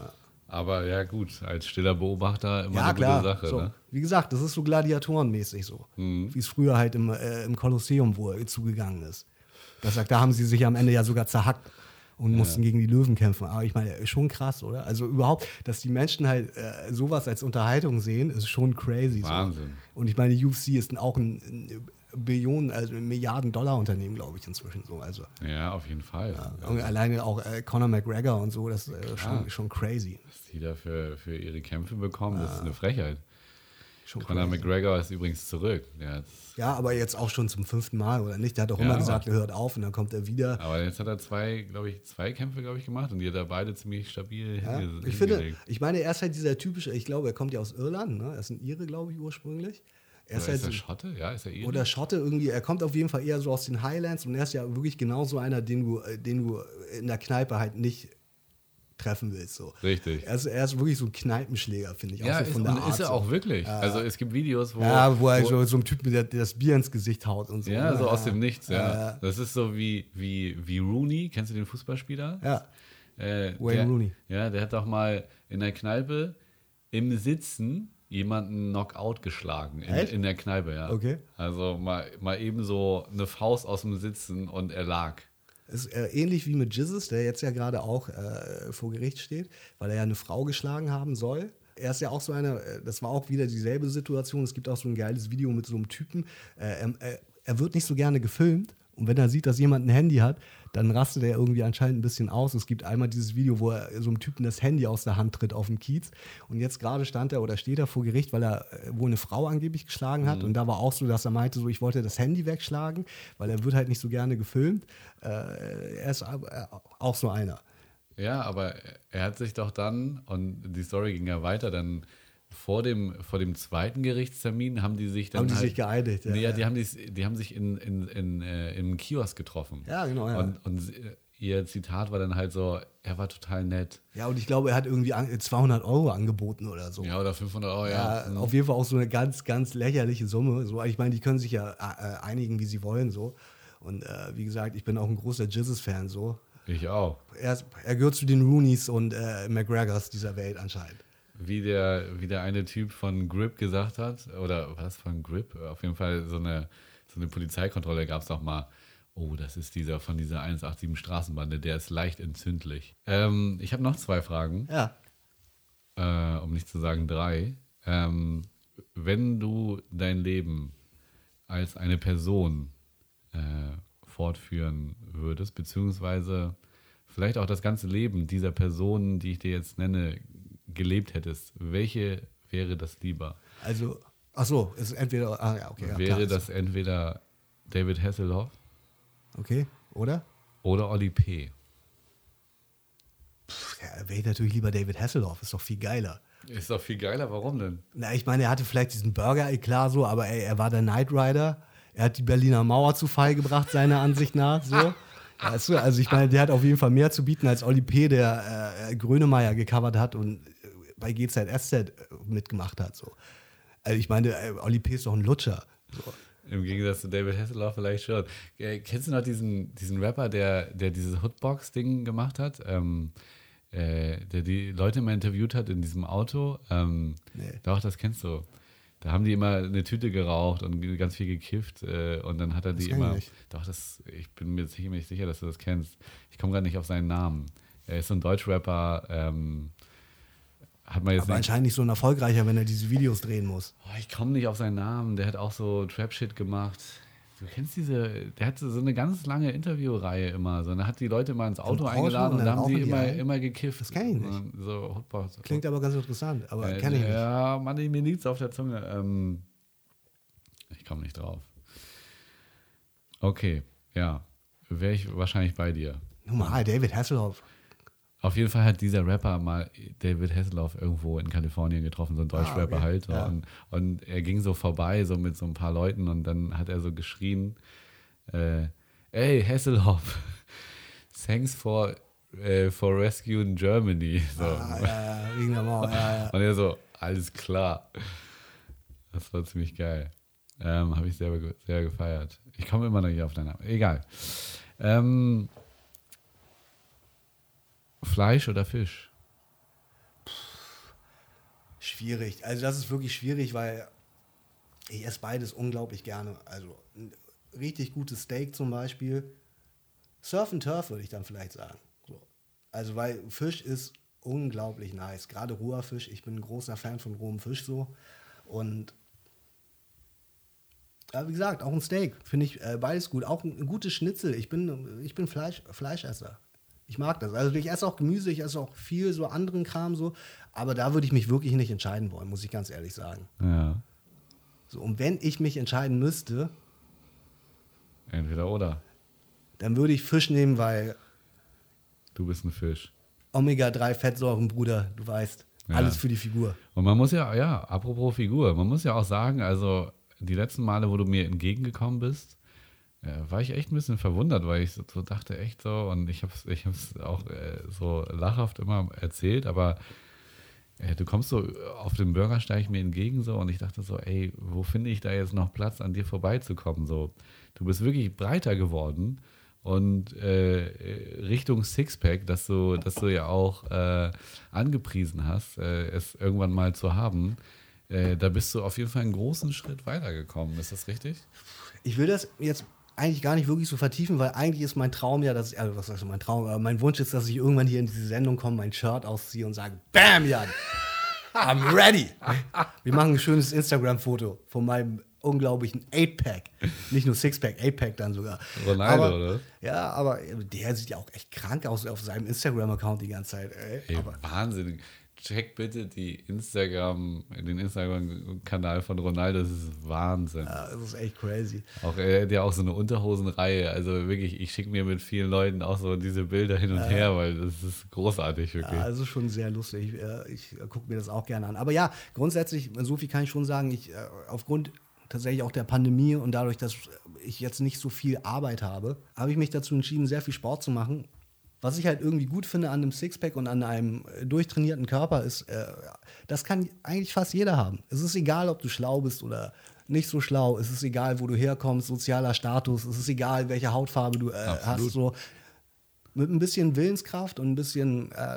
Speaker 2: Aber ja, gut, als stiller Beobachter immer
Speaker 1: Ja,
Speaker 2: eine
Speaker 1: klar.
Speaker 2: gute Sache.
Speaker 1: So.
Speaker 2: Ne?
Speaker 1: Wie gesagt, das ist so gladiatorenmäßig so.
Speaker 2: Mhm.
Speaker 1: Wie es früher halt im, äh, im Kolosseum wo er zugegangen ist. Das sagt, da haben sie sich am Ende ja sogar zerhackt und mussten gegen die Löwen kämpfen. Aber ich meine, schon krass, oder? Also überhaupt, dass die Menschen halt äh, sowas als Unterhaltung sehen, ist schon crazy.
Speaker 2: Wahnsinn.
Speaker 1: So. Und ich meine, U F C ist auch ein, ein Billionen, also ein Milliarden-Dollar-Unternehmen, glaube ich, inzwischen so. Also
Speaker 2: Ja, auf jeden Fall.
Speaker 1: ja. Und alleine auch äh, Conor McGregor und so, das ist äh, schon, schon crazy.
Speaker 2: Was die da für, für ihre Kämpfe bekommen, das ist eine Frechheit.
Speaker 1: Schon
Speaker 2: Conor
Speaker 1: crazy.
Speaker 2: McGregor ist übrigens zurück. Der hat,
Speaker 1: Ja, aber jetzt auch schon zum fünften Mal, oder nicht? Der hat doch
Speaker 2: Ja,
Speaker 1: immer
Speaker 2: aber-
Speaker 1: gesagt, er hört auf und dann kommt er wieder.
Speaker 2: aber jetzt hat er zwei, glaube ich, zwei Kämpfe, glaube ich, gemacht und die hat er beide ziemlich stabil
Speaker 1: Ja?
Speaker 2: hinge-
Speaker 1: Ich finde,
Speaker 2: hingelegt.
Speaker 1: ich meine, er ist halt dieser typische, ich glaube, er kommt ja aus Irland, ne? Er ist ein Ire, glaube ich, ursprünglich. Er
Speaker 2: Oder
Speaker 1: halt
Speaker 2: ist er
Speaker 1: so-
Speaker 2: Schotte? Ja, ist er Ire?
Speaker 1: Oder Schotte irgendwie, er kommt auf jeden Fall eher so aus den Highlands und er ist ja wirklich genauso einer, den du, äh, den du in der Kneipe halt nicht treffen willst. So.
Speaker 2: Richtig.
Speaker 1: Er ist, er ist wirklich so ein Kneipenschläger, finde ich.
Speaker 2: Ja,
Speaker 1: auch so
Speaker 2: ist,
Speaker 1: von der
Speaker 2: und
Speaker 1: Art
Speaker 2: ist er
Speaker 1: so.
Speaker 2: auch wirklich. Also es gibt Videos, wo...
Speaker 1: Ja, wo er so, so ein Typ mit der, der das Bier ins Gesicht haut und so.
Speaker 2: Ja,
Speaker 1: ne?
Speaker 2: so aus dem Nichts, ja.
Speaker 1: Ja.
Speaker 2: Das ist so wie, wie, wie Rooney, kennst du den Fußballspieler?
Speaker 1: Ja.
Speaker 2: Äh,
Speaker 1: Wayne
Speaker 2: der,
Speaker 1: Rooney.
Speaker 2: Ja, der hat doch mal in der Kneipe im Sitzen jemanden Knockout geschlagen. In,
Speaker 1: Echt?
Speaker 2: in der Kneipe, ja.
Speaker 1: Okay.
Speaker 2: Also mal, mal eben so eine Faust aus dem Sitzen und er lag.
Speaker 1: Ist äh, ähnlich wie mit Jesus, der jetzt ja gerade auch äh, vor Gericht steht, weil er ja eine Frau geschlagen haben soll. Er ist ja auch so einer, äh, das war auch wieder dieselbe Situation. Es gibt auch so ein geiles Video mit so einem Typen. Äh, er, äh, er wird nicht so gerne gefilmt. Und wenn er sieht, dass jemand ein Handy hat, dann rastet er irgendwie anscheinend ein bisschen aus. Es gibt einmal dieses Video, wo er so einem Typen das Handy aus der Hand tritt auf dem Kiez. Und jetzt gerade stand er oder steht er vor Gericht, weil er äh, wohl eine Frau angeblich geschlagen hat. Mhm. Und da war auch so, dass er meinte, so ich wollte das Handy wegschlagen, weil er wird halt nicht so gerne gefilmt. Äh, er ist äh, auch so einer.
Speaker 2: Ja, aber er hat sich doch dann, und die Story ging ja weiter, dann vor dem, vor dem zweiten Gerichtstermin haben die sich dann
Speaker 1: Haben die
Speaker 2: halt,
Speaker 1: sich geeinigt, ja.
Speaker 2: Nee, ja, die haben, die, die haben sich in, in, in, äh, im Kiosk getroffen.
Speaker 1: Ja, genau, ja.
Speaker 2: Und, und ihr Zitat war dann halt so, er war total nett.
Speaker 1: Ja, und ich glaube, er hat irgendwie an, zweihundert Euro angeboten oder so.
Speaker 2: Ja, oder fünfhundert Euro, ja.
Speaker 1: Ja, auf jeden Fall auch so eine ganz, ganz lächerliche Summe. So, ich meine, die können sich ja äh, einigen, wie sie wollen, so. Und äh, wie gesagt, ich bin auch ein großer Jesus-Fan, so.
Speaker 2: Ich auch.
Speaker 1: Er, ist, er gehört zu den Rooneys und äh, McGregors dieser Welt anscheinend.
Speaker 2: Wie der, wie der eine Typ von Grip gesagt hat, oder was von Grip? Auf jeden Fall so eine, so eine Polizeikontrolle gab es doch mal. Oh, das ist dieser von dieser eins acht sieben Straßenbande, der ist leicht entzündlich. Ähm, ich habe noch zwei Fragen,
Speaker 1: Ja.
Speaker 2: äh, um nicht zu sagen drei. Ähm, wenn du dein Leben als eine Person äh, fortführen würdest, beziehungsweise vielleicht auch das ganze Leben dieser Person, die ich dir jetzt nenne, gelebt hättest, welche wäre das lieber?
Speaker 1: Also, ach so, ist entweder, ah ja, okay. Ja,
Speaker 2: wäre
Speaker 1: klar,
Speaker 2: das entweder David Hasselhoff
Speaker 1: okay, oder?
Speaker 2: oder Oli P.?
Speaker 1: Ja, wäre ich natürlich lieber David Hasselhoff, ist doch viel geiler.
Speaker 2: Ist doch viel geiler, warum denn?
Speaker 1: Na, ich meine, er hatte vielleicht diesen Burger, klar so, aber ey, er war der Knight Rider. Er hat die Berliner Mauer zu Fall gebracht, seiner Ansicht nach. So. Weißt du, also ich meine, der hat auf jeden Fall mehr zu bieten als Oli P., der äh, Grönemeyer gecovert hat und äh, bei G Z S Z mitgemacht hat. So. Also ich meine, äh, Oli P. ist doch ein Lutscher. So.
Speaker 2: Im Gegensatz zu David Hasselhoff vielleicht schon. Äh, kennst du noch diesen, diesen Rapper, der, der dieses Hoodbox-Ding gemacht hat? Ähm, äh, der die Leute immer interviewt hat in diesem Auto. Ähm,
Speaker 1: Nee.
Speaker 2: Doch, das kennst du. Da haben die immer eine Tüte geraucht und ganz viel gekifft äh, und dann hat er
Speaker 1: Das
Speaker 2: die
Speaker 1: kenn ich
Speaker 2: immer.
Speaker 1: nicht.
Speaker 2: Doch, das, ich bin mir ziemlich sicher, dass du das kennst. Ich komme gerade nicht auf seinen Namen. Er ist so ein Deutschrapper. Ähm, hat man jetzt
Speaker 1: Aber
Speaker 2: nicht.
Speaker 1: anscheinend nicht so ein erfolgreicher, wenn er diese Videos drehen muss.
Speaker 2: Oh, ich komme nicht auf seinen Namen. Der hat auch so Trap-Shit gemacht. Du kennst diese, der hatte so eine ganz lange Interviewreihe immer. So, und er hat die Leute mal ins Auto
Speaker 1: Auto
Speaker 2: eingeladen
Speaker 1: und
Speaker 2: und
Speaker 1: dann
Speaker 2: da haben die
Speaker 1: rauchen die
Speaker 2: immer,
Speaker 1: ein?
Speaker 2: immer gekifft.
Speaker 1: Das kenn ich nicht.
Speaker 2: Und So, hoppa, so,
Speaker 1: Klingt aber ganz interessant, aber
Speaker 2: äh,
Speaker 1: kenne ich nicht.
Speaker 2: Ja, Mann, mir liegt's auf der Zunge. Ähm, ich komme nicht drauf. Okay, ja. Wäre ich wahrscheinlich bei dir.
Speaker 1: Normal, David Hasselhoff.
Speaker 2: Auf jeden Fall hat dieser Rapper mal David Hasselhoff irgendwo in Kalifornien getroffen, so ein Deutschrapper
Speaker 1: Ah, okay.
Speaker 2: halt. So.
Speaker 1: Ja.
Speaker 2: Und, und er ging so vorbei, so mit so ein paar Leuten und dann hat er so geschrien, äh, ey, Hasselhoff, thanks for, äh, for rescuing Germany. So.
Speaker 1: Ah, ja, ja, wegen der Mauer, ja, ja.
Speaker 2: Und er so, alles klar. Das war ziemlich geil. Ähm, Habe ich sehr, sehr gefeiert. Ich komme immer noch nicht auf deinen Namen. Egal. Ähm, Fleisch oder Fisch?
Speaker 1: Schwierig. Also das ist wirklich schwierig, weil ich esse beides unglaublich gerne. Also ein richtig gutes Steak zum Beispiel. Surf and Turf würde ich dann vielleicht sagen. So. Also weil Fisch ist unglaublich nice. Gerade roher Fisch. Ich bin ein großer Fan von rohem Fisch so. Und ja, wie gesagt, auch ein Steak finde ich äh, beides gut. Auch ein, ein gutes Schnitzel. Ich bin, ich bin Fleisch, Fleischesser. Ich mag das. Also ich esse auch Gemüse, ich esse auch viel so anderen Kram so. Aber da würde ich mich wirklich nicht entscheiden wollen, muss ich ganz ehrlich sagen.
Speaker 2: Ja.
Speaker 1: So, und wenn ich mich entscheiden müsste,
Speaker 2: Entweder oder.
Speaker 1: dann würde ich Fisch nehmen, weil
Speaker 2: Du bist ein Fisch.
Speaker 1: Omega drei Fettsäuren, Bruder, du weißt,
Speaker 2: Ja.
Speaker 1: alles für die Figur.
Speaker 2: Und man muss ja, ja, apropos Figur, man muss ja auch sagen, also die letzten Male, wo du mir entgegengekommen bist, äh, war ich echt ein bisschen verwundert, weil ich so, so dachte, echt so, und ich habe es ich hab's auch äh, so lachhaft immer erzählt, aber äh, du kommst so auf dem Bürgersteig mir entgegen so und ich dachte so, ey, wo finde ich da jetzt noch Platz, an dir vorbeizukommen? So, du bist wirklich breiter geworden und äh, Richtung Sixpack, dass du, dass du ja auch äh, angepriesen hast, äh, es irgendwann mal zu haben, äh, da bist du auf jeden Fall einen großen Schritt weitergekommen. Ist das richtig?
Speaker 1: Ich will das jetzt eigentlich gar nicht wirklich so vertiefen, weil eigentlich ist mein Traum ja, dass ich, also was heißt mein Traum, aber mein Wunsch ist, dass ich irgendwann hier in diese Sendung komme, mein Shirt ausziehe und sage, Bam, Jan, I'm ready. Wir machen ein schönes Instagram-Foto von meinem unglaublichen Eight-Pack. Nicht nur Sixpack, Eight-Pack dann sogar.
Speaker 2: Ronaldo,
Speaker 1: aber,
Speaker 2: oder?
Speaker 1: Ja, aber der sieht ja auch echt krank aus auf seinem Instagram-Account die ganze Zeit. Ey.
Speaker 2: Ey,
Speaker 1: Aber
Speaker 2: Wahnsinn. Check bitte die Instagram, den Instagram-Kanal von Ronaldo, das ist Wahnsinn.
Speaker 1: ja, das ist echt crazy.
Speaker 2: Auch er hat ja auch so eine Unterhosenreihe. Also wirklich, ich schicke mir mit vielen Leuten auch so diese Bilder hin und
Speaker 1: Ja.
Speaker 2: her, weil das ist großartig, wirklich.
Speaker 1: Ja, also schon sehr lustig. Ich, ich gucke mir das auch gerne an. Aber ja, grundsätzlich, so viel kann ich schon sagen, ich, aufgrund tatsächlich auch der Pandemie und dadurch, dass ich jetzt nicht so viel Arbeit habe, habe ich mich dazu entschieden, sehr viel Sport zu machen. Was ich halt irgendwie gut finde an einem Sixpack und an einem durchtrainierten Körper ist, äh, das kann eigentlich fast jeder haben. Es ist egal, ob du schlau bist oder nicht so schlau. Es ist egal, wo du herkommst, sozialer Status. Es ist egal, welche Hautfarbe du äh, hast. So. Mit ein bisschen Willenskraft und ein bisschen äh,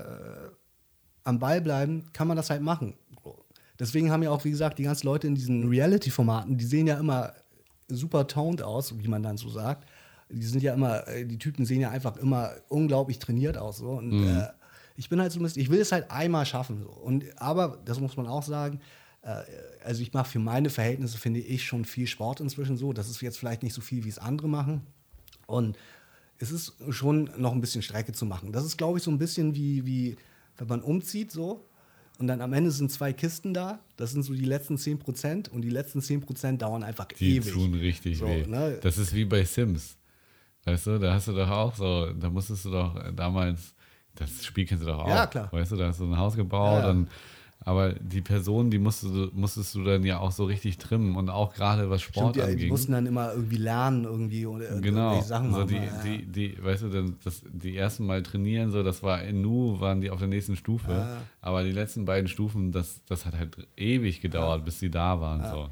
Speaker 1: am Ball bleiben, kann man das halt machen. Deswegen haben ja auch, wie gesagt, die ganzen Leute in diesen Reality-Formaten, die sehen ja immer super toned aus, wie man dann so sagt. Die sind ja immer, die Typen sehen ja einfach immer unglaublich trainiert aus. So. Und
Speaker 2: Mhm.
Speaker 1: äh, ich bin halt so ein bisschen, ich will es halt einmal schaffen. So. Und, aber, das muss man auch sagen, äh, also ich mache für meine Verhältnisse, finde ich, schon viel Sport inzwischen so. Das ist jetzt vielleicht nicht so viel, wie es andere machen. Und es ist schon noch ein bisschen Strecke zu machen. Das ist, glaube ich, so ein bisschen wie, wie wenn man umzieht so. Und dann am Ende sind zwei Kisten da. Das sind so die letzten zehn Prozent. Und die letzten zehn Prozent dauern einfach
Speaker 2: Die
Speaker 1: ewig.
Speaker 2: tun richtig
Speaker 1: So,
Speaker 2: weh.
Speaker 1: ne?
Speaker 2: Das ist wie bei Sims. Weißt du, da hast du doch auch so, da musstest du doch damals, das Spiel kennst du doch auch.
Speaker 1: Ja, klar.
Speaker 2: Weißt du, da hast du ein Haus gebaut.
Speaker 1: Ja, ja.
Speaker 2: Und, aber die Person, die musstest du, musstest du dann ja auch so richtig trimmen. Und auch gerade was Sport
Speaker 1: Stimmt, ja, die
Speaker 2: anging.
Speaker 1: mussten dann immer irgendwie lernen irgendwie oder
Speaker 2: Genau,
Speaker 1: irgendwelche Sachen
Speaker 2: so
Speaker 1: machen.
Speaker 2: die,
Speaker 1: Ja, ja.
Speaker 2: die, die, weißt du, dann das, die ersten Mal trainieren, so, das war in Nu, waren die auf der nächsten Stufe,
Speaker 1: Ja.
Speaker 2: aber die letzten beiden Stufen, das, das hat halt ewig gedauert, bis sie da waren. So.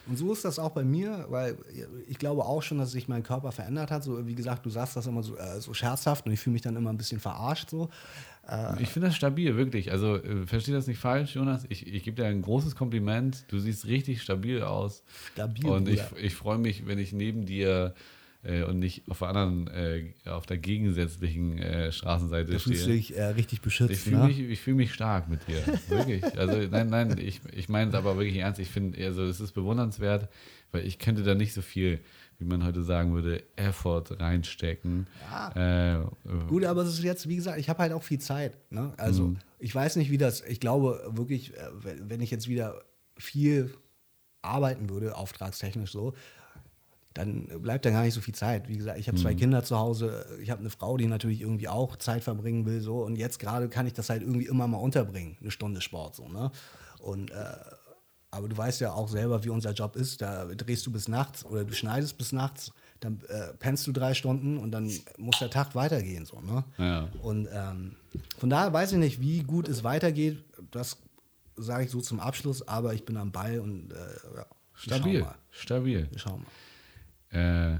Speaker 1: Und so ist das auch bei mir, weil ich glaube auch schon, dass sich mein Körper verändert hat. So, wie gesagt, du sagst das immer so, äh, so scherzhaft und ich fühle mich dann immer ein bisschen verarscht. So. Äh,
Speaker 2: ich finde das stabil, wirklich. Also äh, versteh das nicht falsch, Jonas. Ich, ich gebe dir ein großes Kompliment. Du siehst richtig stabil aus.
Speaker 1: Stabil,
Speaker 2: Und ich,
Speaker 1: Bruder.
Speaker 2: ich freue mich, wenn ich neben dir äh, und nicht auf der anderen, äh, auf der gegensätzlichen äh, Straßenseite
Speaker 1: Du fühlst
Speaker 2: stehe.
Speaker 1: dich äh, richtig beschützt.
Speaker 2: Ich fühle
Speaker 1: ne?
Speaker 2: mich, ich fühl mich stark mit dir, wirklich. Also nein, nein, ich, ich meine es aber wirklich ernst. Ich finde, also es ist bewundernswert, weil ich könnte da nicht so viel, wie man heute sagen würde, Effort reinstecken.
Speaker 1: Ja.
Speaker 2: Äh,
Speaker 1: Gut, aber es ist jetzt, wie gesagt, ich habe halt auch viel Zeit. Ne? Also
Speaker 2: Mhm.
Speaker 1: ich weiß nicht, wie das, ich glaube wirklich, äh, wenn wenn ich jetzt wieder viel arbeiten würde, auftragstechnisch so, dann bleibt da gar nicht so viel Zeit. Wie gesagt, ich habe zwei Kinder zu Hause, ich habe eine Frau, die natürlich irgendwie auch Zeit verbringen will, so, und jetzt gerade kann ich das halt irgendwie immer mal unterbringen, eine Stunde Sport, so, ne? Und, äh, aber du weißt ja auch selber, wie unser Job ist, da drehst du bis nachts oder du schneidest bis nachts, dann äh, pennst du drei Stunden und dann muss der Tag weitergehen, so, ne?
Speaker 2: Ja.
Speaker 1: Und ähm, von daher weiß ich nicht, wie gut es weitergeht, das sage ich so zum Abschluss, aber ich bin am Ball und äh, ja,
Speaker 2: Stabil,
Speaker 1: wir schauen mal.
Speaker 2: stabil.
Speaker 1: Wir schauen mal.
Speaker 2: Äh,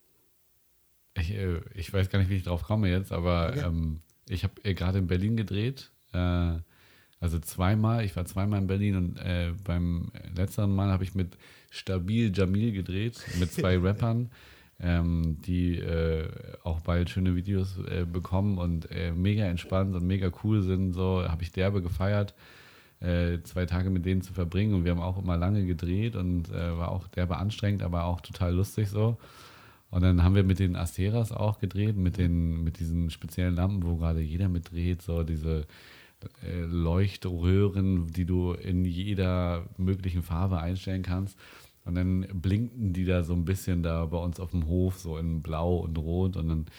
Speaker 2: ich, äh, ich weiß gar nicht, wie ich drauf komme jetzt, aber
Speaker 1: Okay.
Speaker 2: ähm, ich habe äh, gerade in Berlin gedreht. Äh, also zweimal, ich war zweimal in Berlin und äh, beim letzten Mal habe ich mit Stabil Jamil gedreht, mit zwei Rappern, ähm, die äh, auch bald schöne Videos äh, bekommen und äh, mega entspannt und mega cool sind. So habe ich derbe gefeiert, äh, zwei Tage mit denen zu verbringen, und wir haben auch immer lange gedreht und äh, war auch derbe anstrengend, aber auch total lustig so. Und dann haben wir mit den Asteras auch gedreht, mit den mit diesen speziellen Lampen, wo gerade jeder mitdreht, so diese äh, Leuchtröhren, die du in jeder möglichen Farbe einstellen kannst. Und dann blinkten die da so ein bisschen da bei uns auf dem Hof, so in Blau und Rot. Und dann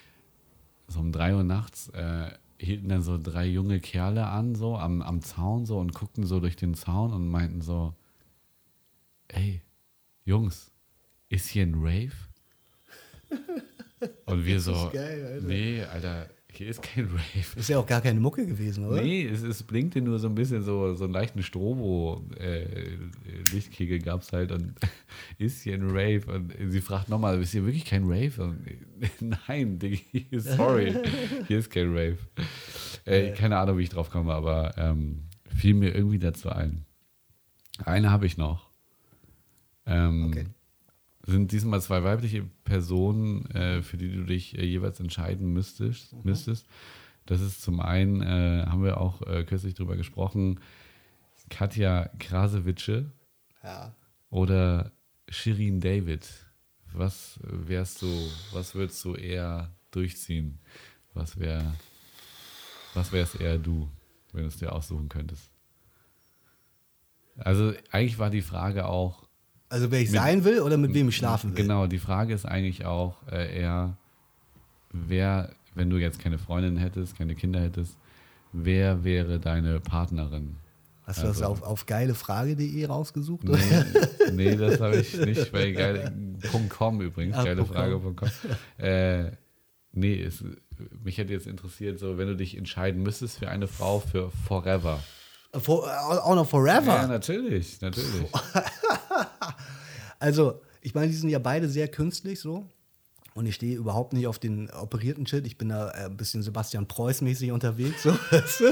Speaker 2: so um drei Uhr nachts äh, hielten dann so drei junge Kerle an, so am, am Zaun so, und guckten so durch den Zaun und meinten so, ey, Jungs, ist hier ein Rave? Und wir so,
Speaker 1: ist geil, Alter.
Speaker 2: nee, Alter, hier ist kein Rave.
Speaker 1: Ist ja auch gar keine Mucke gewesen, oder?
Speaker 2: Nee, es, es blinkte nur so ein bisschen, so, so einen leichten Strobo-Lichtkegel äh, gab es halt, und ist hier ein Rave? Und sie fragt nochmal, ist hier wirklich kein Rave? Und, nein, Diggi, sorry, hier ist kein Rave. Äh, keine Ahnung, wie ich drauf komme, aber ähm, fiel mir irgendwie dazu ein. Eine habe ich noch. Ähm,
Speaker 1: Okay.
Speaker 2: Sind diesmal zwei weibliche Personen, äh, für die du dich äh, jeweils entscheiden müsstest. Mhm. müsstest. Das ist zum einen, äh, haben wir auch äh, kürzlich drüber gesprochen, Katja Krasewitsche
Speaker 1: Ja.
Speaker 2: oder Shirin David. Was wärst du, was würdest du eher durchziehen? Was wär, was wärst eher du, wenn du es dir aussuchen könntest? Also eigentlich war die Frage auch,
Speaker 1: Also wer ich
Speaker 2: Mit-
Speaker 1: sein will oder mit wem ich schlafen will?
Speaker 2: genau, die Frage ist eigentlich auch äh, eher, wer, wenn du jetzt keine Freundin hättest, keine Kinder hättest, wer wäre deine Partnerin?
Speaker 1: Hast du das
Speaker 2: Also-
Speaker 1: auf, auf geilefrage punkt de rausgesucht? Oder?
Speaker 2: Nee, nee, das habe ich nicht bei geile, .com übrigens,
Speaker 1: Ah,
Speaker 2: geilefrage punkt com. Äh, nee, es, mich hätte jetzt interessiert, so wenn du dich entscheiden müsstest für eine Frau für forever.
Speaker 1: For, auch noch forever.
Speaker 2: Ja, natürlich, natürlich.
Speaker 1: Also, ich meine, die sind ja beide sehr künstlich so. Und ich stehe überhaupt nicht auf den operierten Shit. Ich bin da äh, ein bisschen Sebastian Preuß-mäßig unterwegs. So.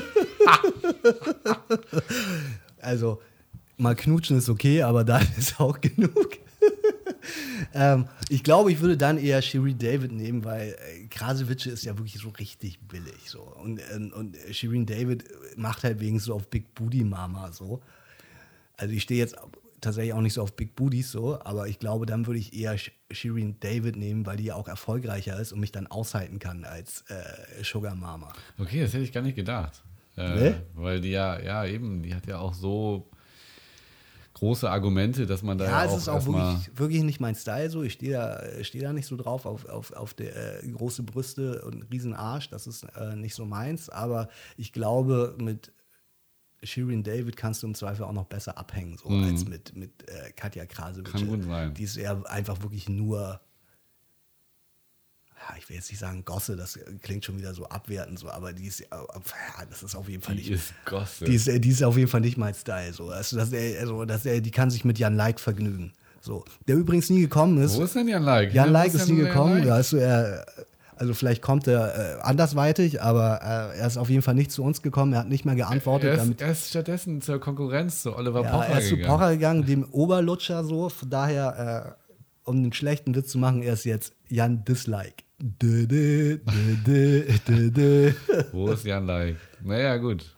Speaker 1: Also, mal knutschen ist okay, aber dann ist auch genug. ähm, ich glaube, ich würde dann eher Shirin David nehmen, weil äh, Krasewitsche ist ja wirklich so richtig billig. So. Und, ähm, und Shirin David macht halt wegen so auf Big Booty Mama so. Also ich stehe jetzt tatsächlich auch nicht so auf Big Booties so, aber ich glaube, dann würde ich eher Sh- Shirin David nehmen, weil die ja auch erfolgreicher ist und mich dann aushalten kann als äh, Sugar Mama.
Speaker 2: Okay, das hätte ich gar nicht gedacht. Äh,
Speaker 1: Nee?
Speaker 2: Weil die ja, ja eben, die hat ja auch so große Argumente, dass man da
Speaker 1: Ja,
Speaker 2: ja,
Speaker 1: es
Speaker 2: auch
Speaker 1: ist auch
Speaker 2: erstmal...
Speaker 1: wirklich, wirklich nicht mein Style so. Ich stehe da, steh da nicht so drauf auf, auf, auf der, äh, große Brüste und einen riesen Arsch. Das ist äh, nicht so meins. Aber ich glaube, mit Shirin David kannst du im Zweifel auch noch besser abhängen, so
Speaker 2: Mhm.
Speaker 1: als mit, mit äh, Katja Krasewitsche.
Speaker 2: Kann gut sein.
Speaker 1: Die ist ja einfach wirklich nur ja, ich will jetzt nicht sagen Gosse, das klingt schon wieder so abwertend, so, aber die ist, ja, das ist auf jeden Fall
Speaker 2: Die
Speaker 1: nicht.
Speaker 2: ist Gosse.
Speaker 1: Die ist, die ist auf jeden Fall nicht mein Style. So. Also, das, also, das, die kann sich mit Jan Like vergnügen. So. Der übrigens nie gekommen ist.
Speaker 2: Wo ist denn Jan Like?
Speaker 1: Jan
Speaker 2: Ja,
Speaker 1: Like
Speaker 2: wo
Speaker 1: ist
Speaker 2: denn
Speaker 1: nie
Speaker 2: Jan
Speaker 1: gekommen.
Speaker 2: Like?
Speaker 1: Ja, also, er, also vielleicht kommt er äh, andersweitig, aber äh, er ist auf jeden Fall nicht zu uns gekommen. Er hat nicht mehr geantwortet.
Speaker 2: Er ist,
Speaker 1: damit,
Speaker 2: er ist stattdessen zur Konkurrenz zu Oliver
Speaker 1: ja,
Speaker 2: Pocher
Speaker 1: er ist zu
Speaker 2: gegangen.
Speaker 1: Pocher gegangen, dem Oberlutscher so. Von daher, äh, um einen schlechten Witz zu machen, er ist jetzt Jan Dislike. Dö, dö, dö, dö, dö, dö.
Speaker 2: Wo ist Jan Like? Naja, gut.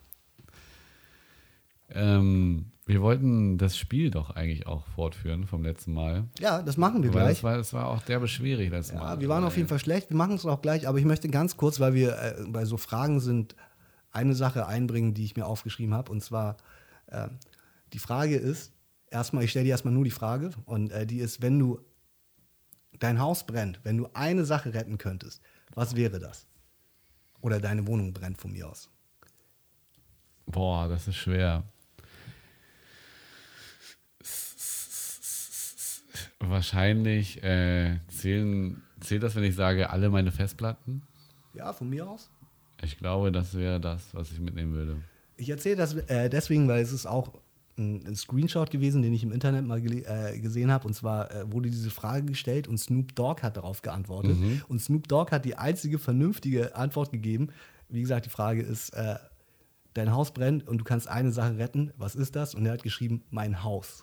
Speaker 2: Ähm, wir wollten das Spiel doch eigentlich auch fortführen vom letzten Mal.
Speaker 1: Ja, das machen wir
Speaker 2: Weil
Speaker 1: gleich.
Speaker 2: das war, das war auch derbe schwierig letztes
Speaker 1: Ja,
Speaker 2: Mal.
Speaker 1: wir waren auf jeden Fall schlecht. Wir machen es auch gleich, aber ich möchte ganz kurz, weil wir äh, bei so Fragen sind, eine Sache einbringen, die ich mir aufgeschrieben habe. Und zwar, äh, die Frage ist, erstmal, ich stelle dir erstmal nur die Frage, und äh, die ist, wenn du dein Haus brennt, wenn du eine Sache retten könntest, was wäre das? Oder deine Wohnung brennt von mir aus.
Speaker 2: Boah, das ist schwer. Wahrscheinlich äh, zählen, zählt das, wenn ich sage, alle meine Festplatten?
Speaker 1: Ja, von mir aus.
Speaker 2: Ich glaube, das wäre das, was ich mitnehmen würde.
Speaker 1: Ich erzähle das äh, deswegen, weil es ist auch ein, ein Screenshot gewesen, den ich im Internet mal gele- äh, gesehen habe. Und zwar äh, wurde diese Frage gestellt und Snoop Dogg hat darauf geantwortet.
Speaker 2: Mhm.
Speaker 1: Und Snoop Dogg hat die einzige vernünftige Antwort gegeben. Wie gesagt, die Frage ist, äh, dein Haus brennt und du kannst eine Sache retten. Was ist das? Und er hat geschrieben, mein Haus.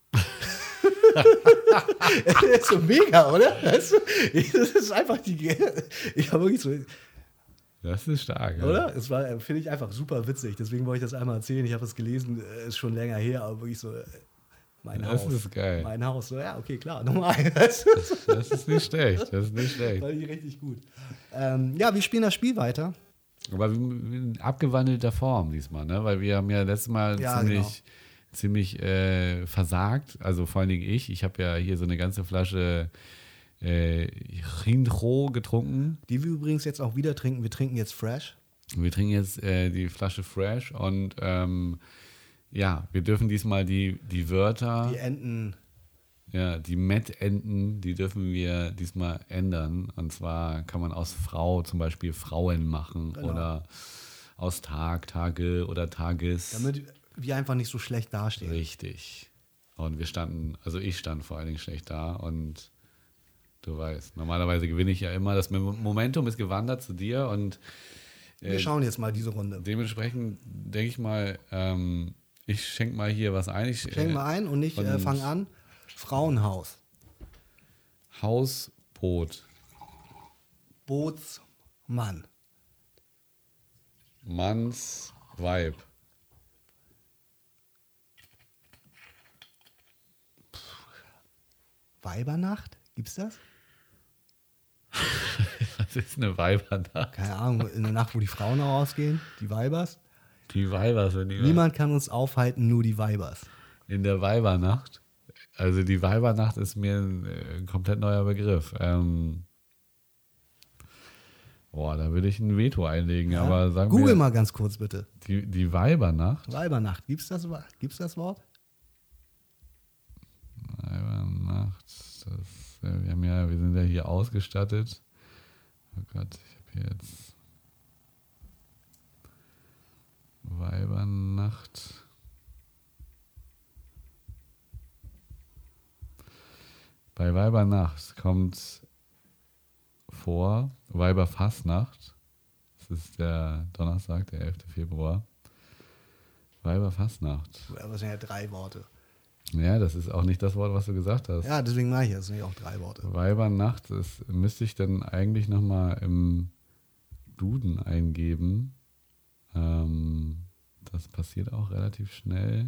Speaker 1: Das ist so mega, oder? Das ist einfach die... Ich habe wirklich so...
Speaker 2: Das ist stark. ja.
Speaker 1: Oder? Es war, finde ich, einfach super witzig. Deswegen wollte ich das einmal erzählen. Ich habe es gelesen, äh, ist schon länger her, aber wirklich so, äh, mein
Speaker 2: Das
Speaker 1: Haus.
Speaker 2: ist geil.
Speaker 1: Mein Haus. So, ja, okay, klar, Nummer eins.
Speaker 2: Das ist nicht schlecht. Das ist nicht schlecht.
Speaker 1: Fand ich richtig gut. Ähm, ja, wir spielen das Spiel weiter.
Speaker 2: Aber in abgewandelter Form diesmal, ne? Weil wir haben ja letztes Mal
Speaker 1: Ja,
Speaker 2: ziemlich,
Speaker 1: genau.
Speaker 2: ziemlich äh, versagt. Also vor allen Dingen ich. Ich habe ja hier so eine ganze Flasche äh, Rindro getrunken.
Speaker 1: Die wir übrigens jetzt auch wieder trinken. Wir trinken jetzt fresh.
Speaker 2: Wir trinken jetzt äh, die Flasche Fresh und ähm, ja, wir dürfen diesmal die, die Wörter,
Speaker 1: Die Enten.
Speaker 2: ja, die Met-Enten, die dürfen wir diesmal ändern. Und zwar kann man aus Frau zum Beispiel Frauen machen
Speaker 1: Genau.
Speaker 2: oder aus Tag, Tage oder Tages.
Speaker 1: Damit wir einfach nicht so schlecht dastehen.
Speaker 2: Richtig. Und wir standen, also ich stand vor allen Dingen schlecht da und du weißt, normalerweise gewinne ich ja immer. Das Momentum ist gewandert zu dir und
Speaker 1: Wir schauen jetzt mal diese Runde.
Speaker 2: dementsprechend denke ich mal, ähm, ich schenke mal hier was ein. Ich
Speaker 1: Schenk mal ein und nicht äh,
Speaker 2: und-
Speaker 1: fang an. Frauenhaus.
Speaker 2: Hausboot,
Speaker 1: Bootsmann.
Speaker 2: Manns Weib,
Speaker 1: Weibernacht? Gibt's das?
Speaker 2: was ist eine Weibernacht?
Speaker 1: Keine Ahnung, in der Nacht, wo die Frauen auch rausgehen, die Weibers.
Speaker 2: Die Weiber sind die
Speaker 1: Niemand kann uns aufhalten, nur die Weibers.
Speaker 2: in der Weibernacht. Also die Weibernacht ist mir ein, äh, ein komplett neuer Begriff. Ähm, boah, da würde ich ein Veto einlegen,
Speaker 1: Ja?
Speaker 2: aber sagen
Speaker 1: Google
Speaker 2: wir,
Speaker 1: mal ganz kurz bitte.
Speaker 2: die, die Weibernacht.
Speaker 1: Weibernacht, gibt's das, gibt's das Wort?
Speaker 2: Weibernacht, das, äh, wir haben ja, wir sind ja hier ausgestattet. Oh Gott, ich habe hier jetzt Weibernacht. Bei Weibernacht kommt vor Weiberfastnacht. Das ist der Donnerstag, der elfte Februar. Weiberfastnacht.
Speaker 1: Das sind ja drei Worte.
Speaker 2: Ja, das ist auch nicht das Wort, was du gesagt hast.
Speaker 1: Ja, deswegen mache ich das. Das sind ja auch drei Worte.
Speaker 2: Weibernacht, das müsste ich dann eigentlich nochmal im Duden eingeben. Ähm, das passiert auch relativ schnell.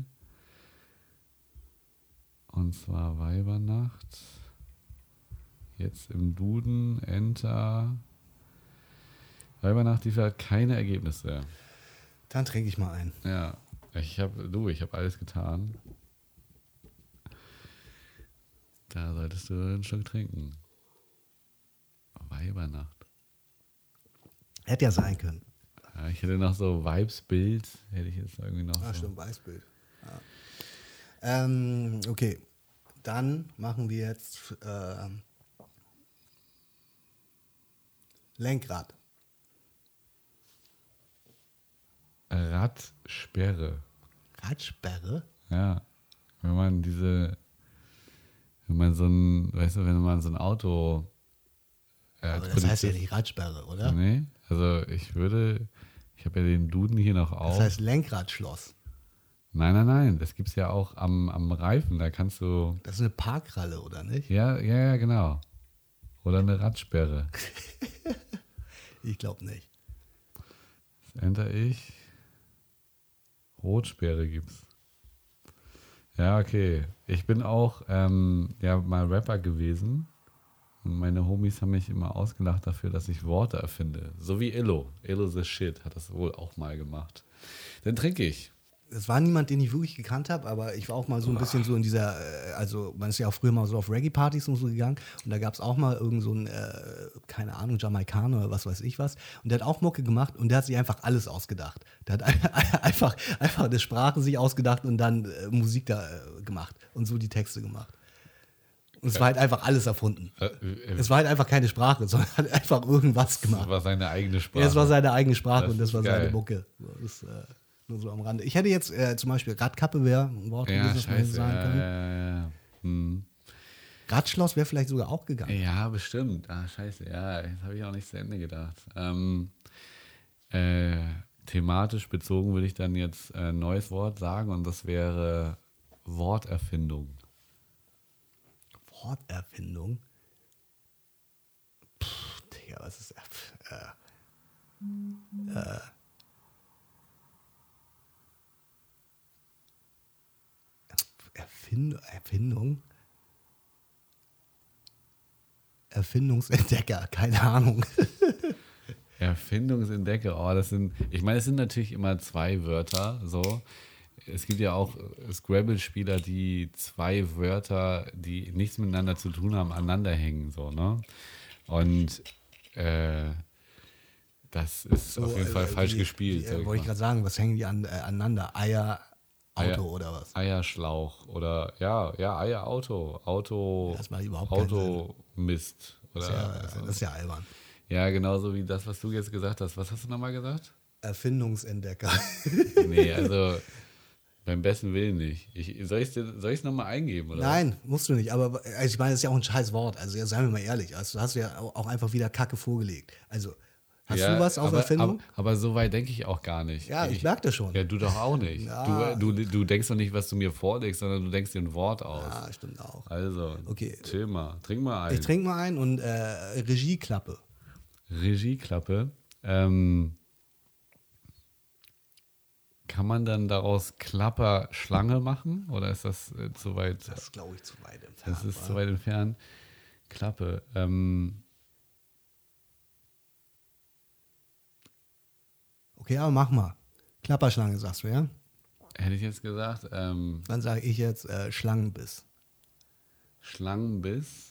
Speaker 2: Und zwar Weibernacht. Jetzt im Duden, Enter. Weibernacht liefert keine Ergebnisse.
Speaker 1: Dann trinke ich mal ein.
Speaker 2: Ja, ich habe, du, ich habe alles getan. Da solltest du einen Schluck trinken. Weibernacht.
Speaker 1: Hätte ja sein können.
Speaker 2: Ja, ich hätte noch so Vibes-Bild, hätte ich jetzt irgendwie noch
Speaker 1: Ah,
Speaker 2: so.
Speaker 1: stimmt, Weißbild. Ja. Ähm, okay, dann machen wir jetzt. Äh, Lenkrad.
Speaker 2: Radsperre.
Speaker 1: Radsperre?
Speaker 2: Ja. Wenn man diese, wenn man so ein, weißt du, wenn man so ein Auto. Äh,
Speaker 1: Aber das heißt ja nicht Radsperre, oder?
Speaker 2: Nee, also ich würde, ich habe ja den Duden hier noch auf.
Speaker 1: Das heißt Lenkradschloss.
Speaker 2: Nein, nein, nein, das gibt es ja auch am, am Reifen, da kannst du.
Speaker 1: Das ist eine Parkralle, oder nicht?
Speaker 2: Ja, ja, ja, genau. Oder eine Radsperre.
Speaker 1: Ich glaube nicht.
Speaker 2: Das enter ich. Rotsperre gibt's. Ja, okay. Ich bin auch ähm, ja, mal Rapper gewesen. Und meine Homies haben mich immer ausgelacht dafür, dass ich Worte erfinde. So wie Illo. Illo the Shit hat das wohl auch mal gemacht. Dann trinke ich.
Speaker 1: Es war niemand, den ich wirklich gekannt habe, aber ich war auch mal so ein bisschen so in dieser, äh, also man ist ja auch früher mal so auf Reggae-Partys und so gegangen und da gab es auch mal irgend so ein, äh, keine Ahnung, Jamaikaner oder was weiß ich was und der hat auch Mucke gemacht und der hat sich einfach alles ausgedacht. Der hat einfach, einfach eine Sprache sich ausgedacht und dann äh, Musik da äh, gemacht und so die Texte gemacht. Und es war halt einfach alles erfunden.
Speaker 2: Äh, äh,
Speaker 1: Es war halt einfach keine Sprache, sondern hat einfach irgendwas gemacht.
Speaker 2: Das war seine eigene Sprache.
Speaker 1: Ja, es war seine eigene Sprache
Speaker 2: Das
Speaker 1: und das
Speaker 2: ist
Speaker 1: war
Speaker 2: geil.
Speaker 1: seine Mucke. Das, äh, nur so am Rande. Ich hätte jetzt äh, zum Beispiel Radkappe wäre ein Wort,
Speaker 2: Ja,
Speaker 1: das man
Speaker 2: scheiße.
Speaker 1: sagen
Speaker 2: Ja,
Speaker 1: kann.
Speaker 2: ja, ja, ja. Hm.
Speaker 1: Radschloss wäre vielleicht sogar auch gegangen.
Speaker 2: Ja, bestimmt. Ah, scheiße. Ja, das habe ich auch nicht zu Ende gedacht. Ähm, äh, thematisch bezogen würde ich dann jetzt ein neues Wort sagen und das wäre Worterfindung.
Speaker 1: Worterfindung. Pff, Digga, was ist äh, äh, Erfind Erfindung? Erfindungsentdecker, keine Ahnung.
Speaker 2: Erfindungsentdecker, oh, das sind, ich meine, es sind natürlich immer zwei Wörter, so. Es gibt ja auch Scrabble-Spieler, die zwei Wörter, die nichts miteinander zu tun haben, aneinander hängen, so, ne? Und äh, das ist
Speaker 1: So,
Speaker 2: auf jeden Fall
Speaker 1: äh,
Speaker 2: falsch
Speaker 1: wie,
Speaker 2: gespielt.
Speaker 1: Wie,
Speaker 2: sag
Speaker 1: äh,
Speaker 2: ich
Speaker 1: wollte ich
Speaker 2: mal.
Speaker 1: gerade sagen, was hängen die an, äh, aneinander? Eier, Auto
Speaker 2: Eier-
Speaker 1: oder was?
Speaker 2: Eierschlauch oder ja, ja, Eierauto, Auto,
Speaker 1: Das macht überhaupt keinen Sinn.
Speaker 2: Automist. Oder,
Speaker 1: Das ist, ja,
Speaker 2: also,
Speaker 1: das ist ja albern.
Speaker 2: ja, genauso wie das, was du jetzt gesagt hast. Was hast du nochmal gesagt?
Speaker 1: Erfindungsentdecker.
Speaker 2: Nee, also beim besten Willen nicht. Ich, soll ich es nochmal eingeben? Oder?
Speaker 1: Nein, musst du nicht. Aber also ich meine, das ist ja auch ein scheiß Wort. Also ja, seien wir mal ehrlich. Also, du hast ja auch auch einfach wieder Kacke vorgelegt. Also, hast
Speaker 2: Ja,
Speaker 1: du was auf
Speaker 2: aber,
Speaker 1: Erfindung?
Speaker 2: Aber, aber so weit denke ich auch gar nicht.
Speaker 1: Ja, ich merke das schon.
Speaker 2: Ja, du doch auch nicht.
Speaker 1: Ja.
Speaker 2: Du, du, du denkst doch nicht, was du mir vorlegst, sondern du denkst dir ein Wort aus.
Speaker 1: Ja, stimmt auch.
Speaker 2: Also,
Speaker 1: Okay.
Speaker 2: chill mal. Trink mal ein.
Speaker 1: Ich trinke mal ein und äh, Regieklappe.
Speaker 2: Regieklappe. Ähm, kann man dann daraus Klapper Schlange machen? Oder ist das äh, zu weit?
Speaker 1: Das ist, glaube ich, zu weit entfernt.
Speaker 2: Das ist
Speaker 1: wa?
Speaker 2: zu weit entfernt. Klappe. Ähm,
Speaker 1: Okay, aber mach mal. Klapperschlange sagst du, ja?
Speaker 2: hätte ich jetzt gesagt, ähm,
Speaker 1: Dann sage ich jetzt äh, Schlangenbiss.
Speaker 2: Schlangenbiss.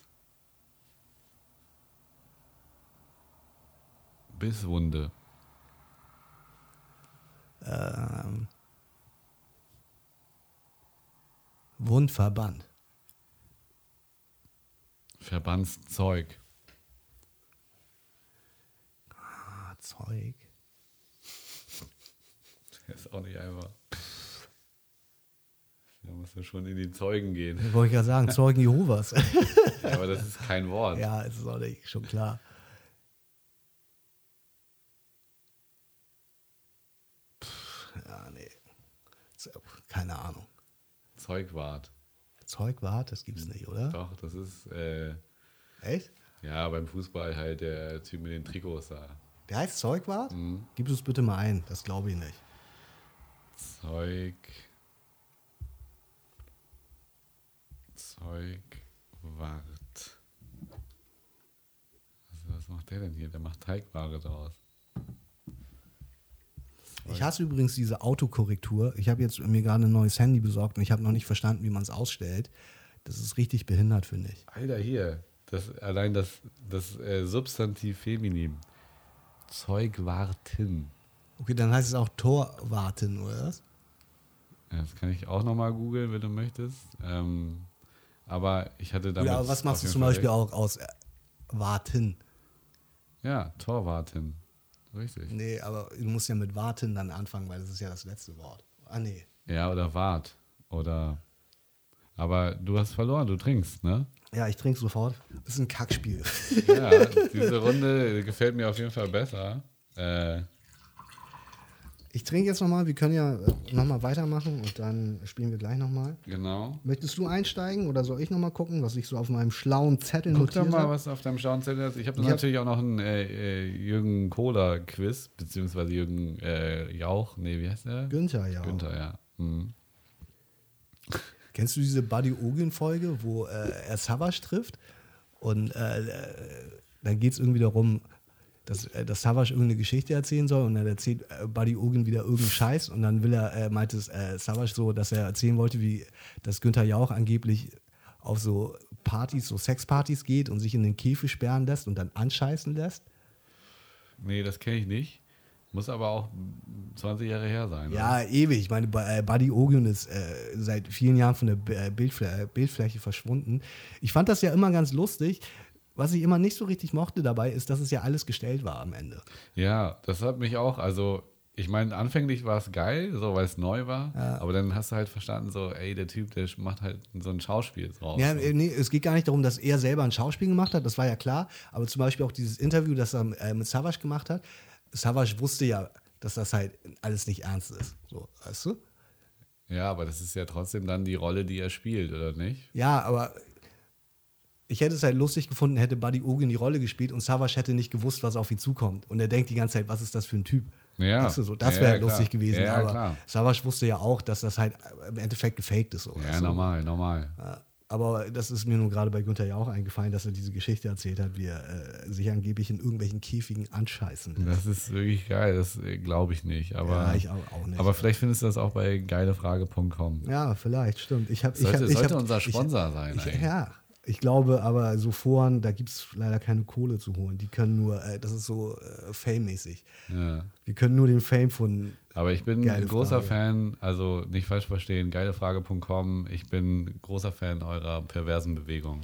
Speaker 2: Bisswunde.
Speaker 1: Ähm, Wundverband.
Speaker 2: Verbandszeug.
Speaker 1: Ah, Zeug.
Speaker 2: Ist auch nicht einfach. Da musst du schon in die Zeugen gehen.
Speaker 1: Das wollte ich gerade sagen, Zeugen Jehovas.
Speaker 2: Ja, aber das ist kein Wort.
Speaker 1: Ja, ist auch nicht, schon klar. Pff, ja, nee. Z- Keine Ahnung.
Speaker 2: Zeugwart.
Speaker 1: Zeugwart, das gibt's nicht, oder?
Speaker 2: Doch, das ist, äh,
Speaker 1: Echt?
Speaker 2: ja, beim Fußball halt der Typ mit den Trikots da.
Speaker 1: Der heißt Zeugwart?
Speaker 2: Mhm.
Speaker 1: Gib es bitte mal ein, das glaube ich nicht.
Speaker 2: Zeug. Zeugwart. Also, was macht der denn hier? Der macht Teigware draus.
Speaker 1: Ich hasse übrigens diese Autokorrektur. Ich habe jetzt mir gerade ein neues Handy besorgt und ich habe noch nicht verstanden, wie man es ausstellt. Das ist richtig behindert, finde ich.
Speaker 2: Alter, hier. Das, allein das, das äh, Substantiv Feminin. Zeugwartin.
Speaker 1: Okay, dann heißt es auch Torwarten, oder was?
Speaker 2: Ja, das kann ich auch nochmal googeln, wenn du möchtest. Ähm, aber ich hatte damit.
Speaker 1: Ja, aber was machst
Speaker 2: auf
Speaker 1: du
Speaker 2: jeden
Speaker 1: zum
Speaker 2: Fall
Speaker 1: Beispiel
Speaker 2: recht.
Speaker 1: auch aus äh, Warten?
Speaker 2: Ja, Torwartin. Richtig.
Speaker 1: Nee, aber du musst ja mit Warten dann anfangen, weil das ist ja das letzte Wort. Ah, nee.
Speaker 2: Ja, oder Wart. Oder. Aber du hast verloren, du trinkst, ne?
Speaker 1: Ja, ich trinke sofort. Das ist ein Kackspiel.
Speaker 2: Ja, diese Runde gefällt mir auf jeden Fall besser. Äh,
Speaker 1: Ich trinke jetzt nochmal. Wir können ja nochmal weitermachen und dann spielen wir gleich nochmal.
Speaker 2: genau.
Speaker 1: Möchtest du einsteigen oder soll ich nochmal gucken, was ich so auf meinem schlauen Zettel
Speaker 2: Guck doch
Speaker 1: notiert
Speaker 2: mal,
Speaker 1: habe?
Speaker 2: was auf deinem schlauen Zettel ist. Ich habe
Speaker 1: Ich hab-
Speaker 2: natürlich auch noch einen äh, äh, Jürgen Kohler-Quiz, beziehungsweise Jürgen äh, Jauch. Nee, wie heißt der?
Speaker 1: Günther, ja.
Speaker 2: Günther, ja. Mhm.
Speaker 1: Kennst du diese Buddy Ogin-Folge, wo äh, er Savage trifft? Und äh, äh, dann geht es irgendwie darum, dass, äh, dass Savage irgendeine Geschichte erzählen soll und dann erzählt äh, Buddy Ogin wieder irgendeinen Scheiß und dann will er, äh, meint es äh, Savage so, dass er erzählen wollte, wie dass Günther Jauch angeblich auf so Partys, so Sexpartys geht und sich in den Käfig sperren lässt und dann anscheißen lässt.
Speaker 2: Nee, das kenne ich nicht. Muss aber auch zwanzig Jahre her sein.
Speaker 1: Ja, ewig. Ich meine, Bu- äh, Buddy Ogin ist äh, seit vielen Jahren von der B- äh, Bildfl äh, Bildfläche verschwunden. Ich fand das ja immer ganz lustig. Was ich immer nicht so richtig mochte dabei, ist, dass es ja alles gestellt war am Ende.
Speaker 2: Ja, das hat mich auch, also ich meine, anfänglich war es geil, so weil es neu war,
Speaker 1: Ja.
Speaker 2: aber dann hast du halt verstanden, so, ey, der Typ, der macht halt so ein Schauspiel draus.
Speaker 1: Ja,
Speaker 2: so.
Speaker 1: äh, nee, es geht gar nicht darum, dass er selber ein Schauspiel gemacht hat, das war ja klar. Aber zum Beispiel auch dieses Interview, das er äh, mit Savage gemacht hat. Savage wusste ja, dass das halt alles nicht ernst ist. So, weißt du?
Speaker 2: Ja, aber das ist ja trotzdem dann die Rolle, die er spielt, oder nicht?
Speaker 1: Ja, aber ich hätte es halt lustig gefunden, hätte Buddy Ogin die Rolle gespielt und Savage hätte nicht gewusst, was auf ihn zukommt. Und er denkt die ganze Zeit, was ist das für ein Typ?
Speaker 2: Ja.
Speaker 1: Weißt du, so, das
Speaker 2: Ja,
Speaker 1: wäre
Speaker 2: ja,
Speaker 1: lustig
Speaker 2: klar.
Speaker 1: gewesen.
Speaker 2: Ja, ja,
Speaker 1: aber
Speaker 2: klar.
Speaker 1: Savage wusste ja auch, dass das halt im Endeffekt gefaked ist. So,
Speaker 2: Ja,
Speaker 1: weißt du?
Speaker 2: normal, normal.
Speaker 1: Ja, aber das ist mir nur gerade bei Günther ja auch eingefallen, dass er diese Geschichte erzählt hat, wie er äh, sich angeblich in irgendwelchen Käfigen anscheißen lässt.
Speaker 2: Das ist wirklich geil, das glaube ich nicht. Aber,
Speaker 1: Ja, ich auch, auch nicht.
Speaker 2: aber vielleicht findest du das auch bei geilefrage punkt com.
Speaker 1: Ja, vielleicht, stimmt. Ich hab, ich
Speaker 2: Sollte,
Speaker 1: hab, ich
Speaker 2: sollte
Speaker 1: hab,
Speaker 2: unser
Speaker 1: ich-
Speaker 2: Sponsor sein.
Speaker 1: Ich,
Speaker 2: ey.
Speaker 1: ja, ich glaube aber, so Foren, da gibt es leider keine Kohle zu holen. Die können nur, äh, das ist so äh, Fame-mäßig.
Speaker 2: Ja.
Speaker 1: Wir können nur den Fame von.
Speaker 2: Aber ich bin
Speaker 1: Geile
Speaker 2: ein großer
Speaker 1: Frage.
Speaker 2: Fan, also nicht falsch verstehen, geilefrage punkt com. Ich bin großer Fan eurer perversen Bewegung.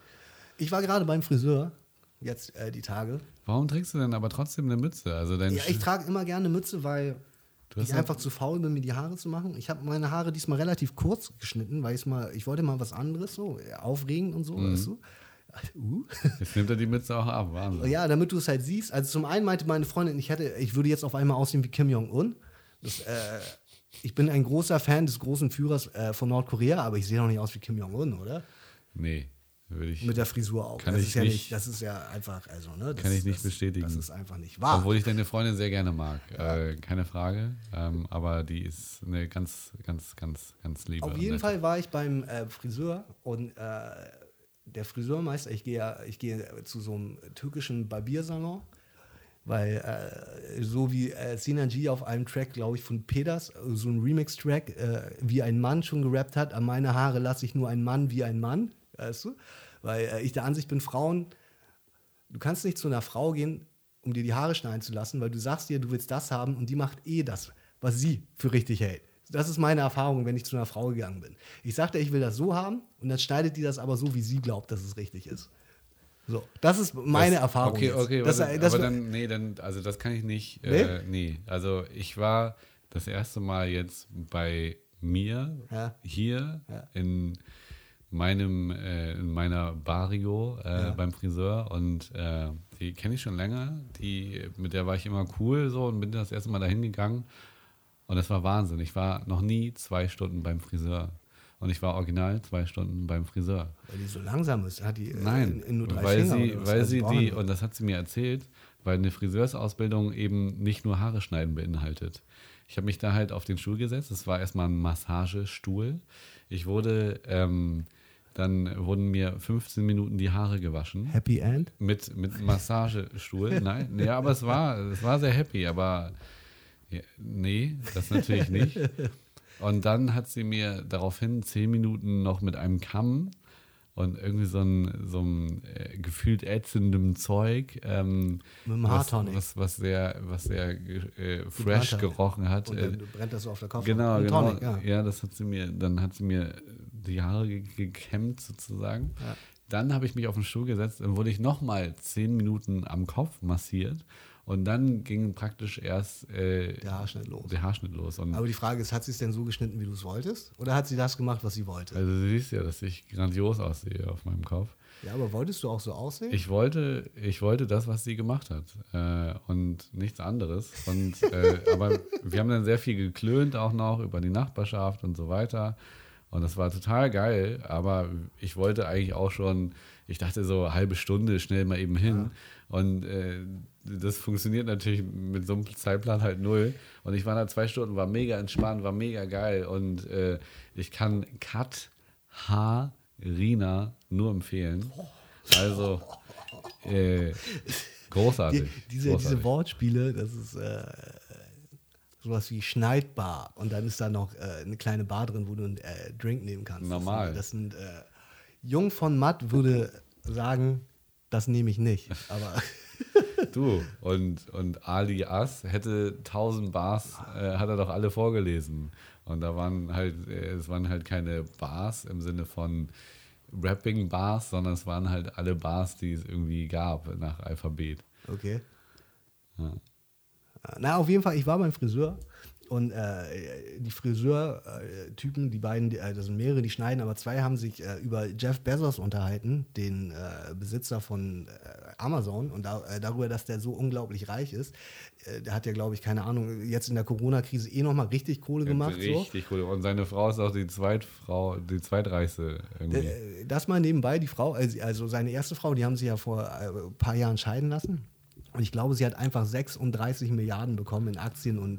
Speaker 1: Ich war gerade beim Friseur, jetzt äh, die Tage.
Speaker 2: Warum trägst du denn aber trotzdem eine Mütze? Also dein
Speaker 1: Ja, ich trage immer gerne Mütze, weil
Speaker 2: Du hast
Speaker 1: ich einfach zu faul bin, mir die Haare zu machen. Ich habe meine Haare diesmal relativ kurz geschnitten, weil ich's mal, ich wollte mal was anderes, so äh, aufregend und so,
Speaker 2: Mhm.
Speaker 1: weißt du? Uh.
Speaker 2: Jetzt nimmt er die Mütze auch ab, Wahnsinn.
Speaker 1: Ja, damit du es halt siehst. Also zum einen meinte meine Freundin, ich hätte, ich würde jetzt auf einmal aussehen wie Kim Jong-un. Das, äh, ich bin ein großer Fan des großen Führers äh, von Nordkorea, aber ich sehe doch nicht aus wie Kim Jong-un, oder?
Speaker 2: Nee, würde ich.
Speaker 1: Mit der Frisur auch.
Speaker 2: Kann
Speaker 1: das
Speaker 2: ich
Speaker 1: ist ja
Speaker 2: nicht-
Speaker 1: nicht, das ist ja einfach, also, ne? Das,
Speaker 2: Kann ich nicht
Speaker 1: das,
Speaker 2: bestätigen.
Speaker 1: Das ist einfach nicht wahr.
Speaker 2: Obwohl ich deine Freundin sehr gerne mag. Äh, keine Frage. Ähm, aber die ist eine ganz, ganz, ganz, ganz liebe.
Speaker 1: Auf
Speaker 2: und
Speaker 1: jeden
Speaker 2: nette.
Speaker 1: Fall war ich beim äh, Friseur und äh, der Friseurmeister, ich gehe ja, ich gehe zu so einem türkischen Barbiersalon, weil äh, so wie äh, Sinan G auf einem Track, glaube ich, von Peters, äh, so ein Remix-Track, äh, wie ein Mann schon gerappt hat, an meine Haare lasse ich nur ein Mann wie ein Mann, weißt du? Weil äh, ich der Ansicht bin, Frauen, du kannst nicht zu einer Frau gehen, um dir die Haare schneiden zu lassen, weil du sagst dir, du willst das haben und die macht eh das, was sie für richtig hält. Das ist meine Erfahrung, wenn ich zu einer Frau gegangen bin. Ich sagte, ich will das so haben und dann schneidet die das aber so, wie sie glaubt, dass es richtig ist. So, das ist meine
Speaker 2: Das-
Speaker 1: Erfahrung.
Speaker 2: Okay,
Speaker 1: jetzt.
Speaker 2: okay,
Speaker 1: das,
Speaker 2: warte,
Speaker 1: das,
Speaker 2: aber dann, nee, dann, also das kann ich nicht,
Speaker 1: Nee?
Speaker 2: äh, nee. Also ich war das erste Mal jetzt bei mir
Speaker 1: Ja.
Speaker 2: hier
Speaker 1: Ja.
Speaker 2: in meinem, äh, in meiner Barrio äh,
Speaker 1: Ja.
Speaker 2: beim Friseur und äh, die kenne ich schon länger, die, mit der war ich immer cool so und bin das erste Mal dahin gegangen und das war Wahnsinn. Ich war noch nie zwei Stunden beim Friseur und ich war original zwei Stunden beim Friseur.
Speaker 1: weil die so langsam ist, hat die äh,
Speaker 2: Nein,
Speaker 1: in, in nur drei
Speaker 2: weil
Speaker 1: Finger
Speaker 2: sie,
Speaker 1: oder was?
Speaker 2: weil
Speaker 1: Also
Speaker 2: sie
Speaker 1: brauchen
Speaker 2: die,
Speaker 1: wir-
Speaker 2: und das hat sie mir erzählt, weil eine Friseursausbildung eben nicht nur Haare schneiden beinhaltet. Ich habe mich da halt auf den Stuhl gesetzt, es war erstmal ein Massagestuhl. Ich wurde, ähm, dann wurden mir fünfzehn Minuten die Haare gewaschen.
Speaker 1: Happy End?
Speaker 2: Mit, mit Massagestuhl, nein, ja, aber es war, es war sehr happy, aber ja, nee, das natürlich nicht. Und dann hat sie mir daraufhin zehn Minuten noch mit einem Kamm und irgendwie so ein, so ein äh, gefühlt ätzendem Zeug, ähm,
Speaker 1: Mit dem
Speaker 2: was,
Speaker 1: Haartonic.
Speaker 2: was, was sehr, was sehr äh, fresh
Speaker 1: Gebrannt hat.
Speaker 2: gerochen hat.
Speaker 1: Und
Speaker 2: Äh,
Speaker 1: dann brennt das so auf der Kopf.
Speaker 2: Genau,
Speaker 1: Ein
Speaker 2: genau.
Speaker 1: Tonic, ja.
Speaker 2: ja. das hat sie mir, dann hat sie mir die Haare ge gekämmt sozusagen.
Speaker 1: Ja.
Speaker 2: Dann habe ich mich auf den Stuhl gesetzt und wurde ich nochmal zehn Minuten am Kopf massiert. Und dann ging praktisch erst äh,
Speaker 1: Der Haarschnitt los.
Speaker 2: Der Haarschnitt los. Und
Speaker 1: Aber die Frage ist, hat sie es denn so geschnitten, wie du es wolltest? Oder hat sie das gemacht, was sie wollte?
Speaker 2: also du siehst ja, dass ich grandios aussehe auf meinem Kopf.
Speaker 1: Ja, aber wolltest du auch so aussehen?
Speaker 2: Ich wollte, ich wollte das, was sie gemacht hat. Äh, und nichts anderes. Und, äh, aber wir haben dann sehr viel geklönt auch noch über die Nachbarschaft und so weiter. Und das war total geil. Aber ich wollte eigentlich auch schon, ich dachte so eine halbe Stunde schnell mal eben hin. Ja. Und äh, das funktioniert natürlich mit so einem Zeitplan halt null. Und ich war da zwei Stunden, war mega entspannt, war mega geil. Und äh, ich kann Kat H. Rina nur empfehlen. Also äh, großartig.
Speaker 1: Die, diese,
Speaker 2: großartig.
Speaker 1: Diese Wortspiele, das ist äh, sowas wie Schneidbar. Und dann ist da noch äh, eine kleine Bar drin, wo du einen äh, Drink nehmen kannst.
Speaker 2: Normal.
Speaker 1: Das sind, das sind äh, Jung von Matt würde sagen, das nehme ich nicht. Aber
Speaker 2: du, und, und Ali As hätte tausend Bars, äh, hat er doch alle vorgelesen. Und da waren halt, äh, es waren halt keine Bars im Sinne von Rapping-Bars, sondern es waren halt alle Bars, die es irgendwie gab nach Alphabet.
Speaker 1: Okay.
Speaker 2: Ja.
Speaker 1: Na, auf jeden Fall, ich war beim Friseur. Und äh, die Friseurtypen, die beiden, die, äh, das sind mehrere, die schneiden, aber zwei haben sich äh, über Jeff Bezos unterhalten, den äh, Besitzer von äh, Amazon, und da, äh, darüber, dass der so unglaublich reich ist. Äh, der hat ja, glaube ich, keine Ahnung, jetzt in der Corona-Krise eh nochmal richtig Kohle gemacht.
Speaker 2: Richtig
Speaker 1: so.
Speaker 2: Kohle. Und seine Frau ist auch die Zweitfrau, die zweitreichste irgendwie.
Speaker 1: Äh, das mal nebenbei, die Frau, also seine erste Frau, die haben sie ja vor äh, ein paar Jahren scheiden lassen. Und ich glaube, sie hat einfach sechsunddreißig Milliarden bekommen in Aktien und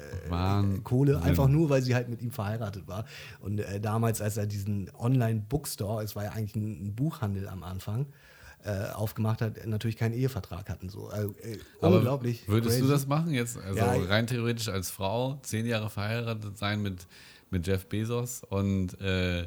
Speaker 1: äh, Kohle, einfach nur, weil sie halt mit ihm verheiratet war. Und äh, damals, als er diesen Online-Bookstore, es war ja eigentlich ein, ein Buchhandel am Anfang, äh, aufgemacht hat, natürlich keinen Ehevertrag hatten. So. Äh,
Speaker 2: Aber
Speaker 1: unglaublich.
Speaker 2: Würdest
Speaker 1: crazy.
Speaker 2: du das machen jetzt? Also
Speaker 1: Ja,
Speaker 2: rein theoretisch als Frau, zehn Jahre verheiratet sein mit, mit Jeff Bezos und äh,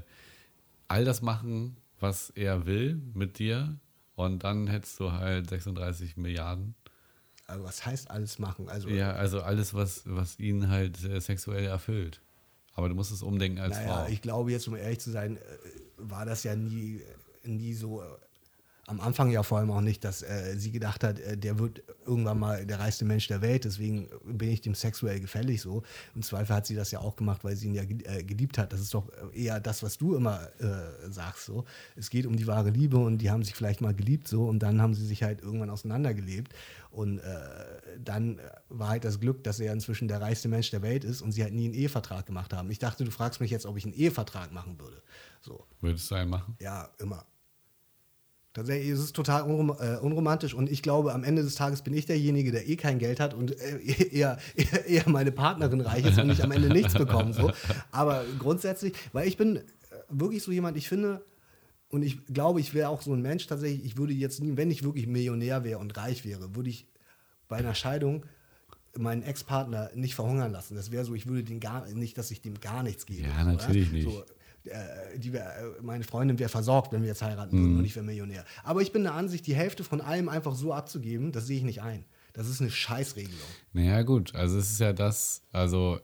Speaker 2: all das machen, was er will mit dir? Und dann hättest du halt sechsunddreißig Milliarden.
Speaker 1: Also was heißt alles machen? Also,
Speaker 2: ja, also alles, was, was ihn halt äh, sexuell erfüllt. Aber du musst es umdenken als
Speaker 1: naja,
Speaker 2: Frau.
Speaker 1: Ich glaube, jetzt um ehrlich zu sein, äh, war das ja nie, nie so, äh, am Anfang ja vor allem auch nicht, dass äh, sie gedacht hat, äh, der wird irgendwann mal der reichste Mensch der Welt, deswegen bin ich dem sexuell gefällig so. Im Zweifel hat sie das ja auch gemacht, weil sie ihn ja äh, geliebt hat. Das ist doch eher das, was du immer äh, sagst so. Es geht um die wahre Liebe und die haben sich vielleicht mal geliebt so und dann haben sie sich halt irgendwann auseinandergelebt. Und äh, dann war halt das Glück, dass er inzwischen der reichste Mensch der Welt ist und sie halt nie einen Ehevertrag gemacht haben. Ich dachte, du fragst mich jetzt, ob ich einen Ehevertrag machen würde. So.
Speaker 2: Würdest du einen machen?
Speaker 1: Ja, immer. Tatsächlich ist es total unrom äh, unromantisch und ich glaube, am Ende des Tages bin ich derjenige, der eh kein Geld hat und äh, eher, eher, eher meine Partnerin reich ist und ich am Ende nichts bekomme. So. Aber grundsätzlich, weil ich bin wirklich so jemand, ich finde, und ich glaube, ich wäre auch so ein Mensch tatsächlich, ich würde jetzt nie, wenn ich wirklich Millionär wäre und reich wäre, würde ich bei einer Scheidung meinen Ex-Partner nicht verhungern lassen. Das wäre so, ich würde den gar nicht, dass ich dem gar nichts gebe.
Speaker 2: Ja, natürlich
Speaker 1: oder?
Speaker 2: nicht.
Speaker 1: So, äh, die wär, meine Freundin wäre versorgt, wenn wir jetzt heiraten würden
Speaker 2: Mhm.
Speaker 1: und ich wäre Millionär. Aber ich bin der Ansicht, die Hälfte von allem einfach so abzugeben, das sehe ich nicht ein. Das ist eine Scheißregelung.
Speaker 2: Naja, gut, also es ist ja das, also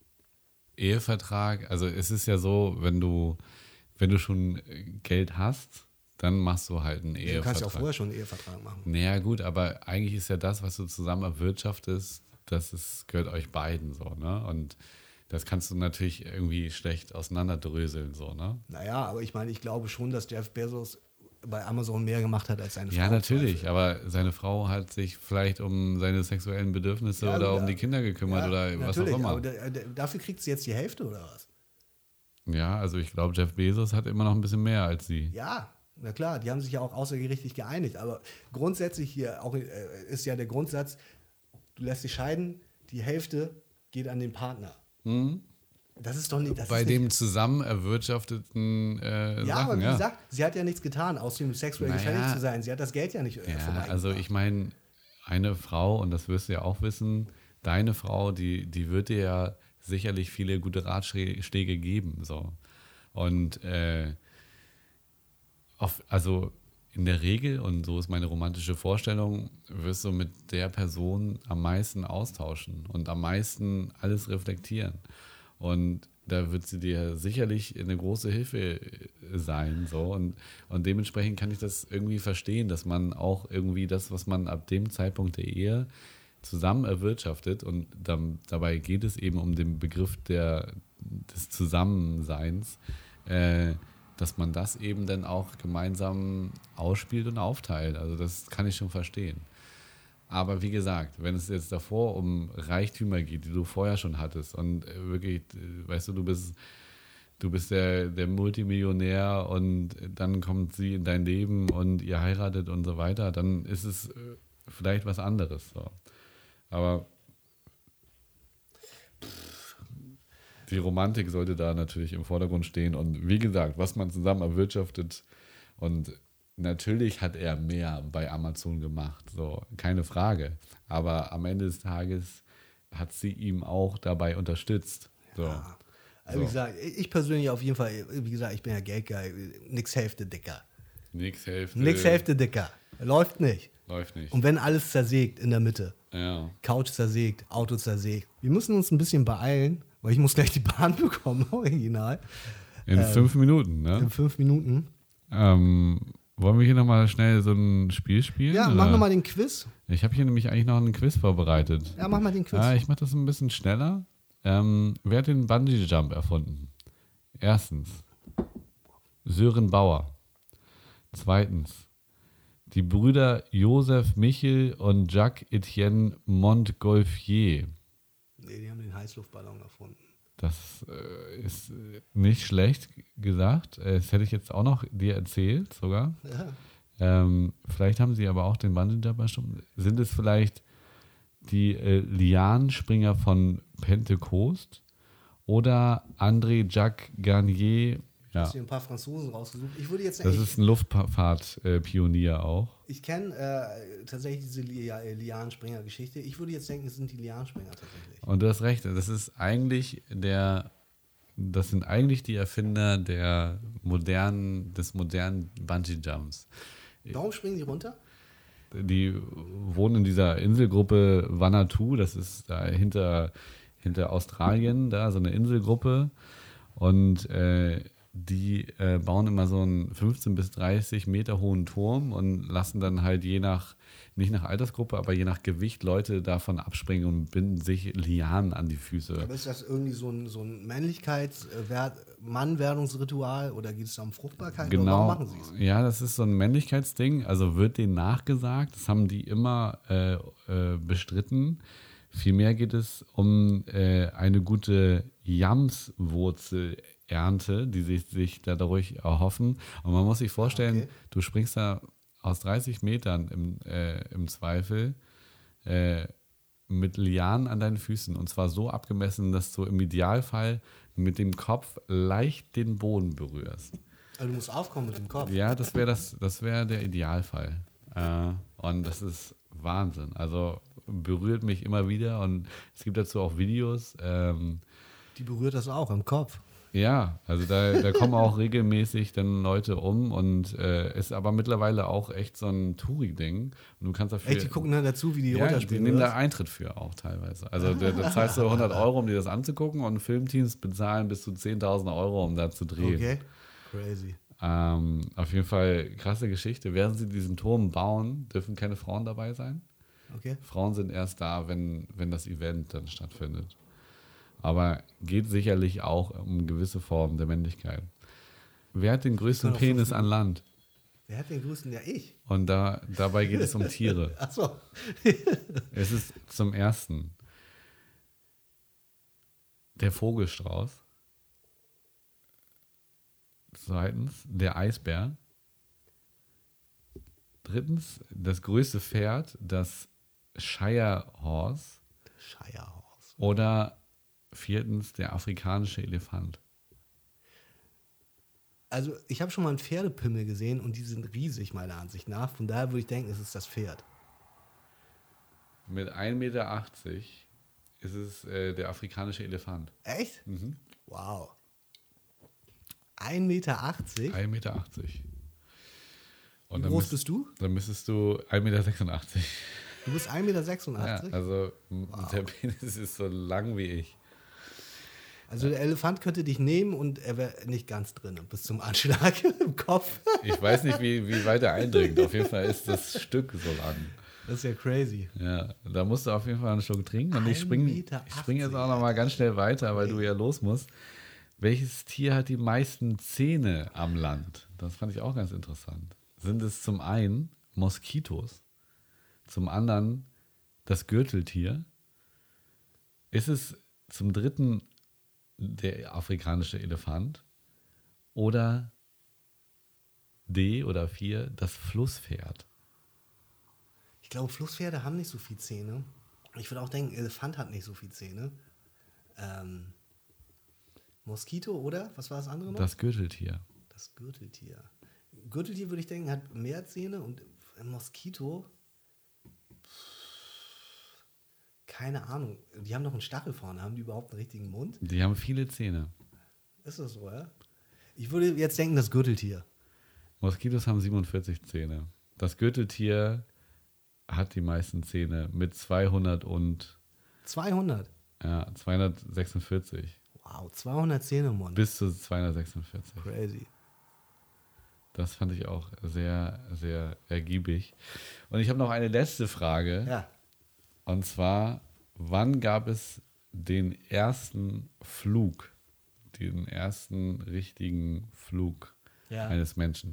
Speaker 2: Ehevertrag, also es ist ja so, wenn du, wenn du schon Geld hast, dann machst du halt einen Ehevertrag.
Speaker 1: Du kannst ja auch vorher schon einen Ehevertrag machen.
Speaker 2: Naja, gut, aber eigentlich ist ja das, was du zusammen erwirtschaftest, das ist, gehört euch beiden so, ne? Und das kannst du natürlich irgendwie schlecht auseinanderdröseln, so, ne?
Speaker 1: Naja, aber ich meine, ich glaube schon, dass Jeff Bezos bei Amazon mehr gemacht hat als seine Frau.
Speaker 2: Ja, natürlich, aber seine Frau hat sich vielleicht um seine sexuellen Bedürfnisse
Speaker 1: Ja,
Speaker 2: oder
Speaker 1: ja,
Speaker 2: um die Kinder gekümmert
Speaker 1: ja,
Speaker 2: oder was auch
Speaker 1: natürlich,
Speaker 2: immer.
Speaker 1: aber da, da, dafür kriegt sie jetzt die Hälfte oder was?
Speaker 2: Ja, also ich glaube, Jeff Bezos hat immer noch ein bisschen mehr als sie.
Speaker 1: Ja, na klar, die haben sich ja auch außergerichtlich geeinigt, aber grundsätzlich hier auch äh, ist ja der Grundsatz, du lässt dich scheiden, die Hälfte geht an den Partner.
Speaker 2: Mhm.
Speaker 1: Das ist doch nicht. Das
Speaker 2: Bei
Speaker 1: ist
Speaker 2: dem
Speaker 1: nicht,
Speaker 2: zusammen erwirtschafteten äh,
Speaker 1: ja,
Speaker 2: Sachen,
Speaker 1: aber wie
Speaker 2: ja.
Speaker 1: gesagt, sie hat ja nichts getan, außer ihm sexuell
Speaker 2: Naja.
Speaker 1: gefällig zu sein. Sie hat das Geld ja nicht äh,
Speaker 2: Ja,
Speaker 1: vorbeigebracht.
Speaker 2: also ich meine, eine Frau, und das wirst du ja auch wissen, deine Frau, die, die wird dir ja sicherlich viele gute Ratschläge geben. So. Und äh, auf, also in der Regel, und so ist meine romantische Vorstellung, wirst du mit der Person am meisten austauschen und am meisten alles reflektieren. Und da wird sie dir sicherlich eine große Hilfe sein. So. Und, und dementsprechend kann ich das irgendwie verstehen, dass man auch irgendwie das, was man ab dem Zeitpunkt der Ehe zusammen erwirtschaftet, und dann, dabei geht es eben um den Begriff der, des Zusammenseins, äh, dass man das eben dann auch gemeinsam ausspielt und aufteilt. Also das kann ich schon verstehen. Aber wie gesagt, wenn es jetzt davor um Reichtümer geht, die du vorher schon hattest, und wirklich, weißt du, du bist, du bist der, der Multimillionär und dann kommt sie in dein Leben und ihr heiratet und so weiter, dann ist es vielleicht was anderes. So. Aber die Romantik sollte da natürlich im Vordergrund stehen. Und wie gesagt, was man zusammen erwirtschaftet, und natürlich hat er mehr bei Amazon gemacht, so, keine Frage. Aber am Ende des Tages hat sie ihm auch dabei unterstützt. So.
Speaker 1: Ja. Also
Speaker 2: So.
Speaker 1: wie gesagt, ich persönlich auf jeden Fall, wie gesagt, ich bin ja Geldgeil, nix Hälfte dicker.
Speaker 2: Nix Hälfte.
Speaker 1: Nix Hälfte dicker. Läuft nicht.
Speaker 2: Läuft nicht.
Speaker 1: Und wenn alles zersägt in der Mitte,
Speaker 2: Ja.
Speaker 1: Couch zersägt, Auto zersägt, wir müssen uns ein bisschen beeilen, weil ich muss gleich die Bahn bekommen, original,
Speaker 2: In
Speaker 1: Ähm,
Speaker 2: fünf Minuten, ne?
Speaker 1: in fünf Minuten.
Speaker 2: Ähm, wollen wir hier nochmal schnell so ein Spiel spielen?
Speaker 1: Ja,
Speaker 2: oder?
Speaker 1: mach nochmal den Quiz.
Speaker 2: Ich habe hier nämlich eigentlich noch einen Quiz vorbereitet.
Speaker 1: Ja, mach mal den Quiz.
Speaker 2: Ah, ich mache das ein bisschen schneller. Ähm, wer hat den Bungee-Jump erfunden? Erstens, Sören Bauer. Zweitens, die Brüder Joseph Michel und Jacques-Étienne Montgolfier.
Speaker 1: Nee, die haben den Heißluftballon erfunden.
Speaker 2: Das äh, ist äh, nicht schlecht gesagt. Äh, Das hätte ich jetzt auch noch dir erzählt sogar.
Speaker 1: Ja.
Speaker 2: Ähm, vielleicht haben sie aber auch den Bungee-Jump erschaffen. Sind es vielleicht die äh, Lianenspringer von Pentecost oder André Jacques Garnier?
Speaker 1: Ich habe
Speaker 2: Ja,
Speaker 1: hier ein paar Franzosen rausgesucht. Ich würde jetzt
Speaker 2: das
Speaker 1: ich,
Speaker 2: ist ein Luftfahrtpionier auch.
Speaker 1: ich kenne äh, tatsächlich diese Lia- äh, Lianenspringer-Geschichte. Ich würde jetzt denken, es sind die Lianenspringer tatsächlich.
Speaker 2: Und du hast recht, das ist eigentlich der, das sind eigentlich die Erfinder der modernen, des modernen Bungee-Jumps.
Speaker 1: Warum springen die runter?
Speaker 2: Die wohnen in dieser Inselgruppe Vanuatu, das ist da hinter, hinter Australien, da so eine Inselgruppe. Und äh, die äh, bauen immer so einen fünfzehn bis dreißig Meter hohen Turm und lassen dann halt je nach, nicht nach Altersgruppe, aber je nach Gewicht Leute davon abspringen und binden sich Lianen an die Füße.
Speaker 1: Aber ist das irgendwie so ein, so ein Männlichkeits-Mannwerdungsritual oder geht es da um Fruchtbarkeit? Oder
Speaker 2: Genau.
Speaker 1: warum machen sie es?
Speaker 2: Ja, das ist so ein Männlichkeitsding. Also wird denen nachgesagt. Das haben die immer äh, äh, bestritten. Vielmehr geht es um äh, eine gute Jamswurzelernte, die sich, sich dadurch erhoffen. Und man muss sich vorstellen,
Speaker 1: Okay.
Speaker 2: du springst da aus dreißig Metern im, äh, im Zweifel äh, mit Lianen an deinen Füßen. Und zwar so abgemessen, dass du im Idealfall mit dem Kopf leicht den Boden berührst.
Speaker 1: Also du musst aufkommen mit dem Kopf.
Speaker 2: Ja, das wäre das, das wär der Idealfall. Äh, und das ist Wahnsinn. Also berührt mich immer wieder, und es gibt dazu auch Videos. Ähm,
Speaker 1: Die berührt das auch im Kopf.
Speaker 2: ja, also da, da kommen auch regelmäßig dann Leute um, und äh, ist aber mittlerweile auch echt so ein Touri-Ding. Und du kannst dafür.
Speaker 1: Echt, die gucken dann dazu, wie die
Speaker 2: ja, die
Speaker 1: runterspringen.
Speaker 2: nehmen
Speaker 1: oder
Speaker 2: da
Speaker 1: was?
Speaker 2: Eintritt für auch teilweise. Also da, da zahlst du hundert Euro, um dir das anzugucken, und Filmteams bezahlen bis zu zehntausend Euro, um da zu drehen.
Speaker 1: Okay, crazy.
Speaker 2: Ähm, auf jeden Fall krasse Geschichte. Während sie diesen Turm bauen, dürfen keine Frauen dabei sein.
Speaker 1: Okay.
Speaker 2: Frauen sind erst da, wenn, wenn das Event dann stattfindet. Aber geht sicherlich auch um gewisse Formen der Männlichkeit. Wer hat den größten
Speaker 1: können auch
Speaker 2: Penis
Speaker 1: fünf
Speaker 2: an Land?
Speaker 1: Wer hat den größten? Ja, ich.
Speaker 2: Und da, dabei geht es um Tiere.
Speaker 1: Achso.
Speaker 2: Es ist zum ersten der Vogelstrauß. Zweitens der Eisbär. Drittens das größte Pferd, das Shire Horse.
Speaker 1: Shirehorse.
Speaker 2: Oder viertens der afrikanische Elefant.
Speaker 1: Also ich habe schon mal einen Pferdepimmel gesehen und die sind riesig, meiner Ansicht nach. Von daher würde ich denken, es ist das Pferd.
Speaker 2: Mit ein Meter achtzig ist es äh, der afrikanische Elefant.
Speaker 1: Echt?
Speaker 2: Mhm.
Speaker 1: Wow. ein Meter achtzig?
Speaker 2: ein Meter achtzig. Und
Speaker 1: Wie
Speaker 2: dann
Speaker 1: groß
Speaker 2: müsst-
Speaker 1: bist du?
Speaker 2: Dann müsstest du ein Meter sechsundachtzig.
Speaker 1: Du bist ein Meter
Speaker 2: Ja,
Speaker 1: sechsundachtzig?
Speaker 2: also m- der Penis ist so lang wie ich.
Speaker 1: Also der Elefant könnte dich nehmen und er wäre nicht ganz drin bis zum Anschlag im Kopf.
Speaker 2: Ich weiß nicht, wie, wie weit er eindringt. Auf jeden Fall ist das Stück so lang.
Speaker 1: Das ist ja crazy.
Speaker 2: Ja, da musst du auf jeden Fall einen Schluck trinken. Und ich
Speaker 1: ein
Speaker 2: springe
Speaker 1: Meter
Speaker 2: ich spring jetzt auch noch mal ganz schnell weiter, weil du ja los musst. Welches Tier hat die meisten Zähne am Land? Das fand ich auch ganz interessant. Sind es zum einen Moskitos, zum anderen das Gürteltier? Ist es zum dritten der afrikanische Elefant oder D oder vier das Flusspferd?
Speaker 1: Ich glaube, Flusspferde haben nicht so viele Zähne. Ich würde auch denken, Elefant hat nicht so viele Zähne. Ähm, Moskito oder? Was war das andere noch?
Speaker 2: Das Gürteltier.
Speaker 1: Das Gürteltier. Gürteltier würde ich denken, hat mehr Zähne und Moskito, keine Ahnung. Die haben doch einen Stachel vorne. Haben die überhaupt einen richtigen Mund?
Speaker 2: Die haben viele Zähne.
Speaker 1: Ist das so, ja? Ich würde jetzt denken, das Gürteltier.
Speaker 2: Moskitos haben siebenundvierzig Zähne. Das Gürteltier hat die meisten Zähne mit zweihundert und
Speaker 1: zweihundert?
Speaker 2: Ja, zweihundertsechsundvierzig.
Speaker 1: Wow, zweihundert Zähne im Mund.
Speaker 2: Bis zu zweihundertsechsundvierzig.
Speaker 1: Crazy.
Speaker 2: Das fand ich auch sehr, sehr ergiebig. Und ich habe noch eine letzte Frage.
Speaker 1: Ja.
Speaker 2: Und zwar, wann gab es den ersten Flug, den ersten richtigen Flug
Speaker 1: Ja.
Speaker 2: eines Menschen?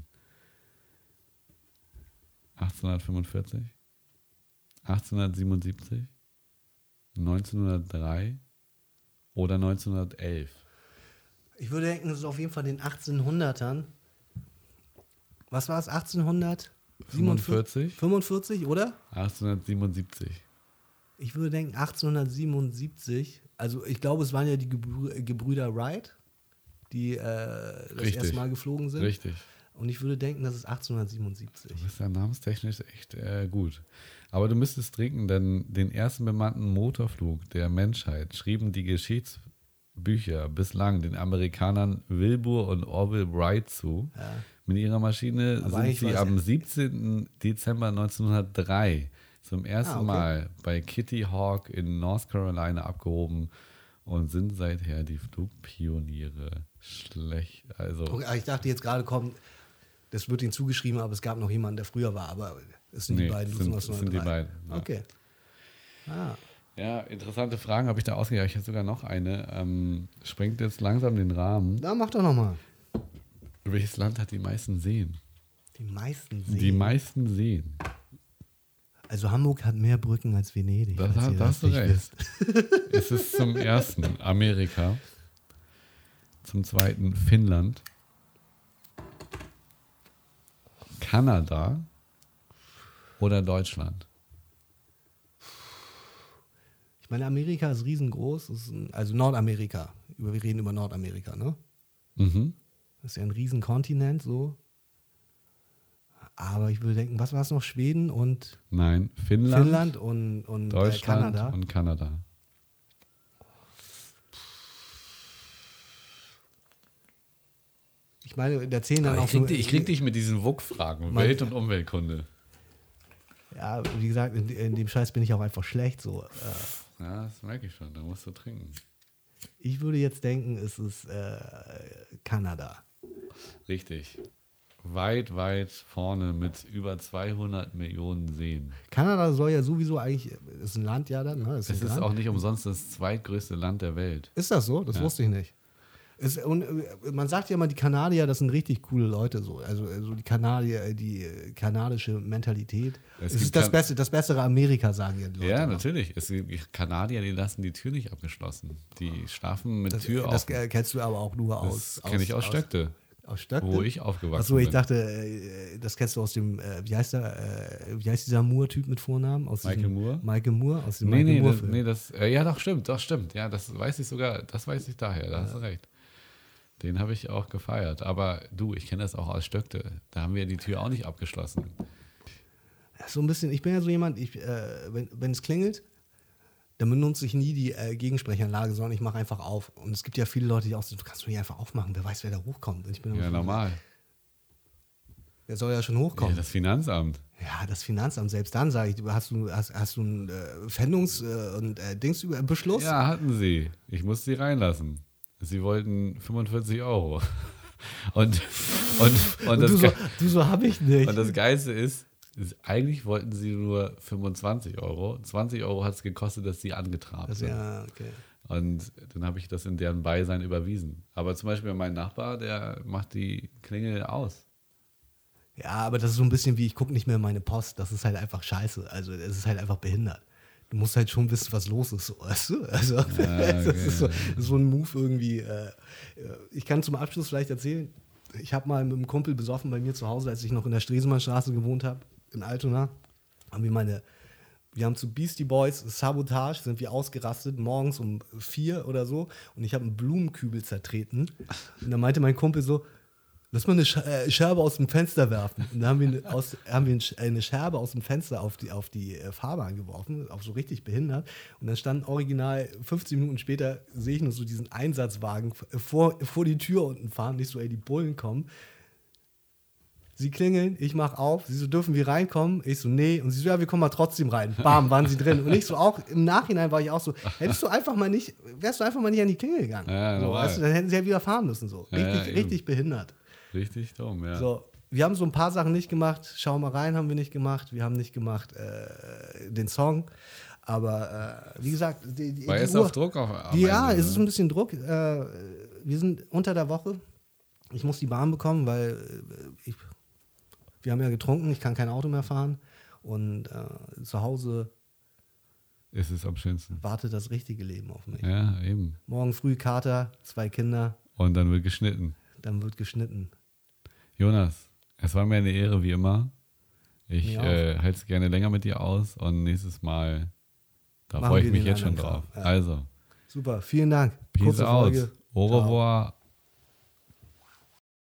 Speaker 2: achtzehnhundertfünfundvierzig? achtzehnhundertsiebenundsiebzig? neunzehnhundertdrei? Oder neunzehnhundertelf?
Speaker 1: Ich würde denken, es ist auf jeden Fall den achtzehnhundertern. Was war es? achtzehnhundertfünfundvierzig? fünfundvierzig, oder?
Speaker 2: achtzehnhundertsiebenundsiebzig.
Speaker 1: Ich würde denken achtzehnhundertsiebenundsiebzig. Also ich glaube, es waren ja die Gebrü- Gebrüder Wright, die äh, das
Speaker 2: Richtig.
Speaker 1: erste Mal geflogen sind.
Speaker 2: Richtig.
Speaker 1: Und ich würde denken, das ist achtzehnhundertsiebenundsiebzig.
Speaker 2: Du bist ja namenstechnisch echt äh, gut. Aber du müsstest trinken, denn den ersten bemannten Motorflug der Menschheit schrieben die Geschichtsbücher bislang den Amerikanern Wilbur und Orville Wright zu.
Speaker 1: Ja.
Speaker 2: Mit ihrer Maschine
Speaker 1: Aber
Speaker 2: sind
Speaker 1: eigentlich
Speaker 2: sie
Speaker 1: weiß
Speaker 2: am
Speaker 1: er-
Speaker 2: siebzehnten Dezember neunzehnhundertdrei zum ersten
Speaker 1: Ah, okay.
Speaker 2: Mal bei Kitty Hawk in North Carolina abgehoben und sind seither die Flugpioniere. Schlecht, also
Speaker 1: Okay, ich dachte jetzt gerade, komm, das wird ihnen zugeschrieben, aber es gab noch jemanden, der früher war. Aber es sind
Speaker 2: Nee,
Speaker 1: die beiden.
Speaker 2: sind-
Speaker 1: aus
Speaker 2: sind die
Speaker 1: neunzehnhundertdrei.
Speaker 2: beiden, ja.
Speaker 1: Okay. Ah.
Speaker 2: ja, interessante Fragen habe ich da ausgegangen. Ich habe sogar noch eine. Ähm, sprengt jetzt langsam den Rahmen.
Speaker 1: Na, mach doch nochmal.
Speaker 2: Welches Land hat die meisten Seen?
Speaker 1: Die meisten Seen.
Speaker 2: Die meisten Seen.
Speaker 1: Also Hamburg hat mehr Brücken als Venedig.
Speaker 2: Das
Speaker 1: falls
Speaker 2: hat-
Speaker 1: ihr
Speaker 2: da hast du
Speaker 1: nicht
Speaker 2: recht.
Speaker 1: wisst.
Speaker 2: Es ist zum ersten Amerika, zum zweiten Finnland, Kanada oder Deutschland.
Speaker 1: Ich meine, Amerika ist riesengroß. Das ist ein, also Nordamerika. Über, wir reden über Nordamerika, ne?
Speaker 2: Mhm.
Speaker 1: Das ist ja ein Riesenkontinent, so. Aber ich würde denken, was war es noch? Schweden und
Speaker 2: Nein, Finnland,
Speaker 1: Finnland und, und äh,
Speaker 2: Deutschland
Speaker 1: Kanada.
Speaker 2: und Kanada.
Speaker 1: Ich meine, da zählen dann
Speaker 2: Aber
Speaker 1: auch
Speaker 2: ich, krieg,
Speaker 1: so,
Speaker 2: dich- ich krieg dich mit diesen W U K-Fragen,
Speaker 1: Mein-
Speaker 2: Welt- und Umweltkunde.
Speaker 1: Ja, wie gesagt, in, in dem Scheiß bin ich auch einfach schlecht. So. Äh,
Speaker 2: Ja, das merke ich schon, da musst du trinken.
Speaker 1: ich würde jetzt denken, es ist äh, Kanada.
Speaker 2: Richtig. Weit, weit vorne mit über zweihundert Millionen Seen.
Speaker 1: Kanada soll ja sowieso eigentlich, ist ein Land ja dann, ne? Ist,
Speaker 2: Es
Speaker 1: ein
Speaker 2: ist
Speaker 1: Land.
Speaker 2: auch nicht umsonst das zweitgrößte Land der Welt.
Speaker 1: Ist das so? Das
Speaker 2: Ja.
Speaker 1: wusste ich nicht. Es, und äh, man sagt ja immer, die Kanadier, das sind richtig coole Leute so. Also, also die Kanadier, äh, die äh, kanadische Mentalität.
Speaker 2: Es
Speaker 1: Es,
Speaker 2: gibt
Speaker 1: ist das
Speaker 2: kan-
Speaker 1: beste, das bessere Amerika, sagen ja die Leute.
Speaker 2: Ja,
Speaker 1: immer.
Speaker 2: natürlich. Es gibt Kanadier, die lassen die Tür nicht abgeschlossen. Die schlafen mit
Speaker 1: Das,
Speaker 2: Tür
Speaker 1: das
Speaker 2: offen.
Speaker 1: äh, kennst du aber auch nur aus.
Speaker 2: Das kenne ich aus Stöckte,
Speaker 1: Aus Stöckte?
Speaker 2: wo ich aufgewachsen
Speaker 1: Achso, ich
Speaker 2: bin.
Speaker 1: dachte, äh, das kennst du aus dem, äh, wie heißt der, äh, wie heißt dieser Moore-Typ mit Vornamen? Aus
Speaker 2: Michael
Speaker 1: diesem-
Speaker 2: Moore?
Speaker 1: Michael Moore, aus dem
Speaker 2: Nee,
Speaker 1: Michael
Speaker 2: nee, das,
Speaker 1: Moore-Film.
Speaker 2: nee, das, äh, ja doch, stimmt, doch, stimmt. Ja, das weiß ich sogar, das weiß ich daher, da hast du recht. Den habe ich auch gefeiert. Aber du, ich kenne das auch aus Stöckte. Da haben wir die Tür auch nicht abgeschlossen.
Speaker 1: So ein bisschen, ich bin ja so jemand, ich, äh, wenn, wenn es klingelt, dann benutze ich nie die äh, Gegensprechanlage, sondern ich mache einfach auf. Und es gibt ja viele Leute, die auch so, du kannst doch nicht einfach aufmachen, wer weiß, wer da hochkommt. Und ich bin immer
Speaker 2: Ja,
Speaker 1: so,
Speaker 2: normal.
Speaker 1: Der soll ja schon
Speaker 2: Ja,
Speaker 1: hochkommen.
Speaker 2: das Finanzamt.
Speaker 1: Ja, das Finanzamt, selbst dann sage ich, du hast du, hast, hast du einen äh, Pfändungs- äh, und äh, Dingsbeschluss?
Speaker 2: Ja, hatten sie. Ich musste sie reinlassen. Sie wollten fünfundvierzig Euro. Und, und, und,
Speaker 1: Und
Speaker 2: das,
Speaker 1: du so,
Speaker 2: Ge-
Speaker 1: du so hab ich nicht.
Speaker 2: und das Geilste ist, ist, eigentlich wollten sie nur fünfundzwanzig Euro. zwanzig Euro hat es gekostet, dass sie angetrabt
Speaker 1: Das,
Speaker 2: sind.
Speaker 1: ja, okay.
Speaker 2: Und dann habe ich das in deren Beisein überwiesen. Aber zum Beispiel mein Nachbar, der macht die Klingel aus.
Speaker 1: Ja, aber das ist so ein bisschen wie, ich gucke nicht mehr in meine Post. Das ist halt einfach scheiße. Also es ist halt einfach behindert. Du musst halt schon wissen, was los ist. So, weißt du? Also
Speaker 2: Ja,
Speaker 1: das
Speaker 2: okay.
Speaker 1: ist so, das ist so ein Move irgendwie. Äh, ich kann zum Abschluss vielleicht erzählen, ich habe mal mit einem Kumpel besoffen bei mir zu Hause, als ich noch in der Stresemannstraße gewohnt habe, in Altona, haben wir meine, wir haben zu Beastie Boys Sabotage, sind wir ausgerastet, morgens um vier oder so, und ich habe einen Blumenkübel zertreten. Und dann meinte mein Kumpel so, lass mal eine Sch- äh, Scherbe aus dem Fenster werfen. Und dann haben wir, eine, aus, haben wir ein Sch- eine Scherbe aus dem Fenster auf die, auf die äh, Fahrbahn geworfen, auch so richtig behindert. Und dann stand original, fünfzehn Minuten später, sehe ich nur so diesen Einsatzwagen f- vor, vor die Tür unten fahren. Nicht so, ey, die Bullen kommen. Sie klingeln, ich mach auf. Sie so, dürfen wir reinkommen? Ich so, nee. Und sie so, ja, wir kommen mal trotzdem rein. Bam, waren sie drin. Und ich so auch, im Nachhinein war ich auch so, hättest du einfach mal nicht, wärst du einfach mal nicht an die Klingel gegangen.
Speaker 2: Ja,
Speaker 1: so,
Speaker 2: normal.
Speaker 1: weißt du, dann hätten sie ja wieder fahren müssen. So.
Speaker 2: Ja,
Speaker 1: Richtig,
Speaker 2: ja, eben.
Speaker 1: richtig behindert.
Speaker 2: Richtig dumm, ja.
Speaker 1: So, wir haben so ein paar Sachen nicht gemacht. Schau mal rein, haben wir nicht gemacht. Wir haben nicht gemacht äh, den Song. Aber äh, wie gesagt, die, die,
Speaker 2: Weil
Speaker 1: die
Speaker 2: es
Speaker 1: Uhr,
Speaker 2: auf Druck auf am
Speaker 1: die, ja,
Speaker 2: Ende,
Speaker 1: es ist
Speaker 2: ne?
Speaker 1: ein bisschen Druck. Äh, wir sind unter der Woche. Ich muss die Bahn bekommen, weil äh, ich, wir haben ja getrunken. Ich kann kein Auto mehr fahren. Und äh, zu Hause
Speaker 2: Ist es am schönsten.
Speaker 1: wartet das richtige Leben auf mich.
Speaker 2: Ja, eben.
Speaker 1: Morgen früh Kater, zwei Kinder,
Speaker 2: Und dann wird geschnitten.
Speaker 1: dann wird geschnitten.
Speaker 2: Jonas, es war mir eine Ehre wie immer. Ich
Speaker 1: Mir auch.
Speaker 2: äh, halte es gerne länger mit dir aus und nächstes Mal, da
Speaker 1: Machen
Speaker 2: freue
Speaker 1: wir
Speaker 2: ich mich
Speaker 1: den
Speaker 2: jetzt schon
Speaker 1: anderen
Speaker 2: drauf.
Speaker 1: Kram, ja.
Speaker 2: Also,
Speaker 1: Super, vielen Dank.
Speaker 2: peace
Speaker 1: Kurze
Speaker 2: out.
Speaker 1: Folge.
Speaker 2: Au
Speaker 1: Ciao.
Speaker 2: revoir.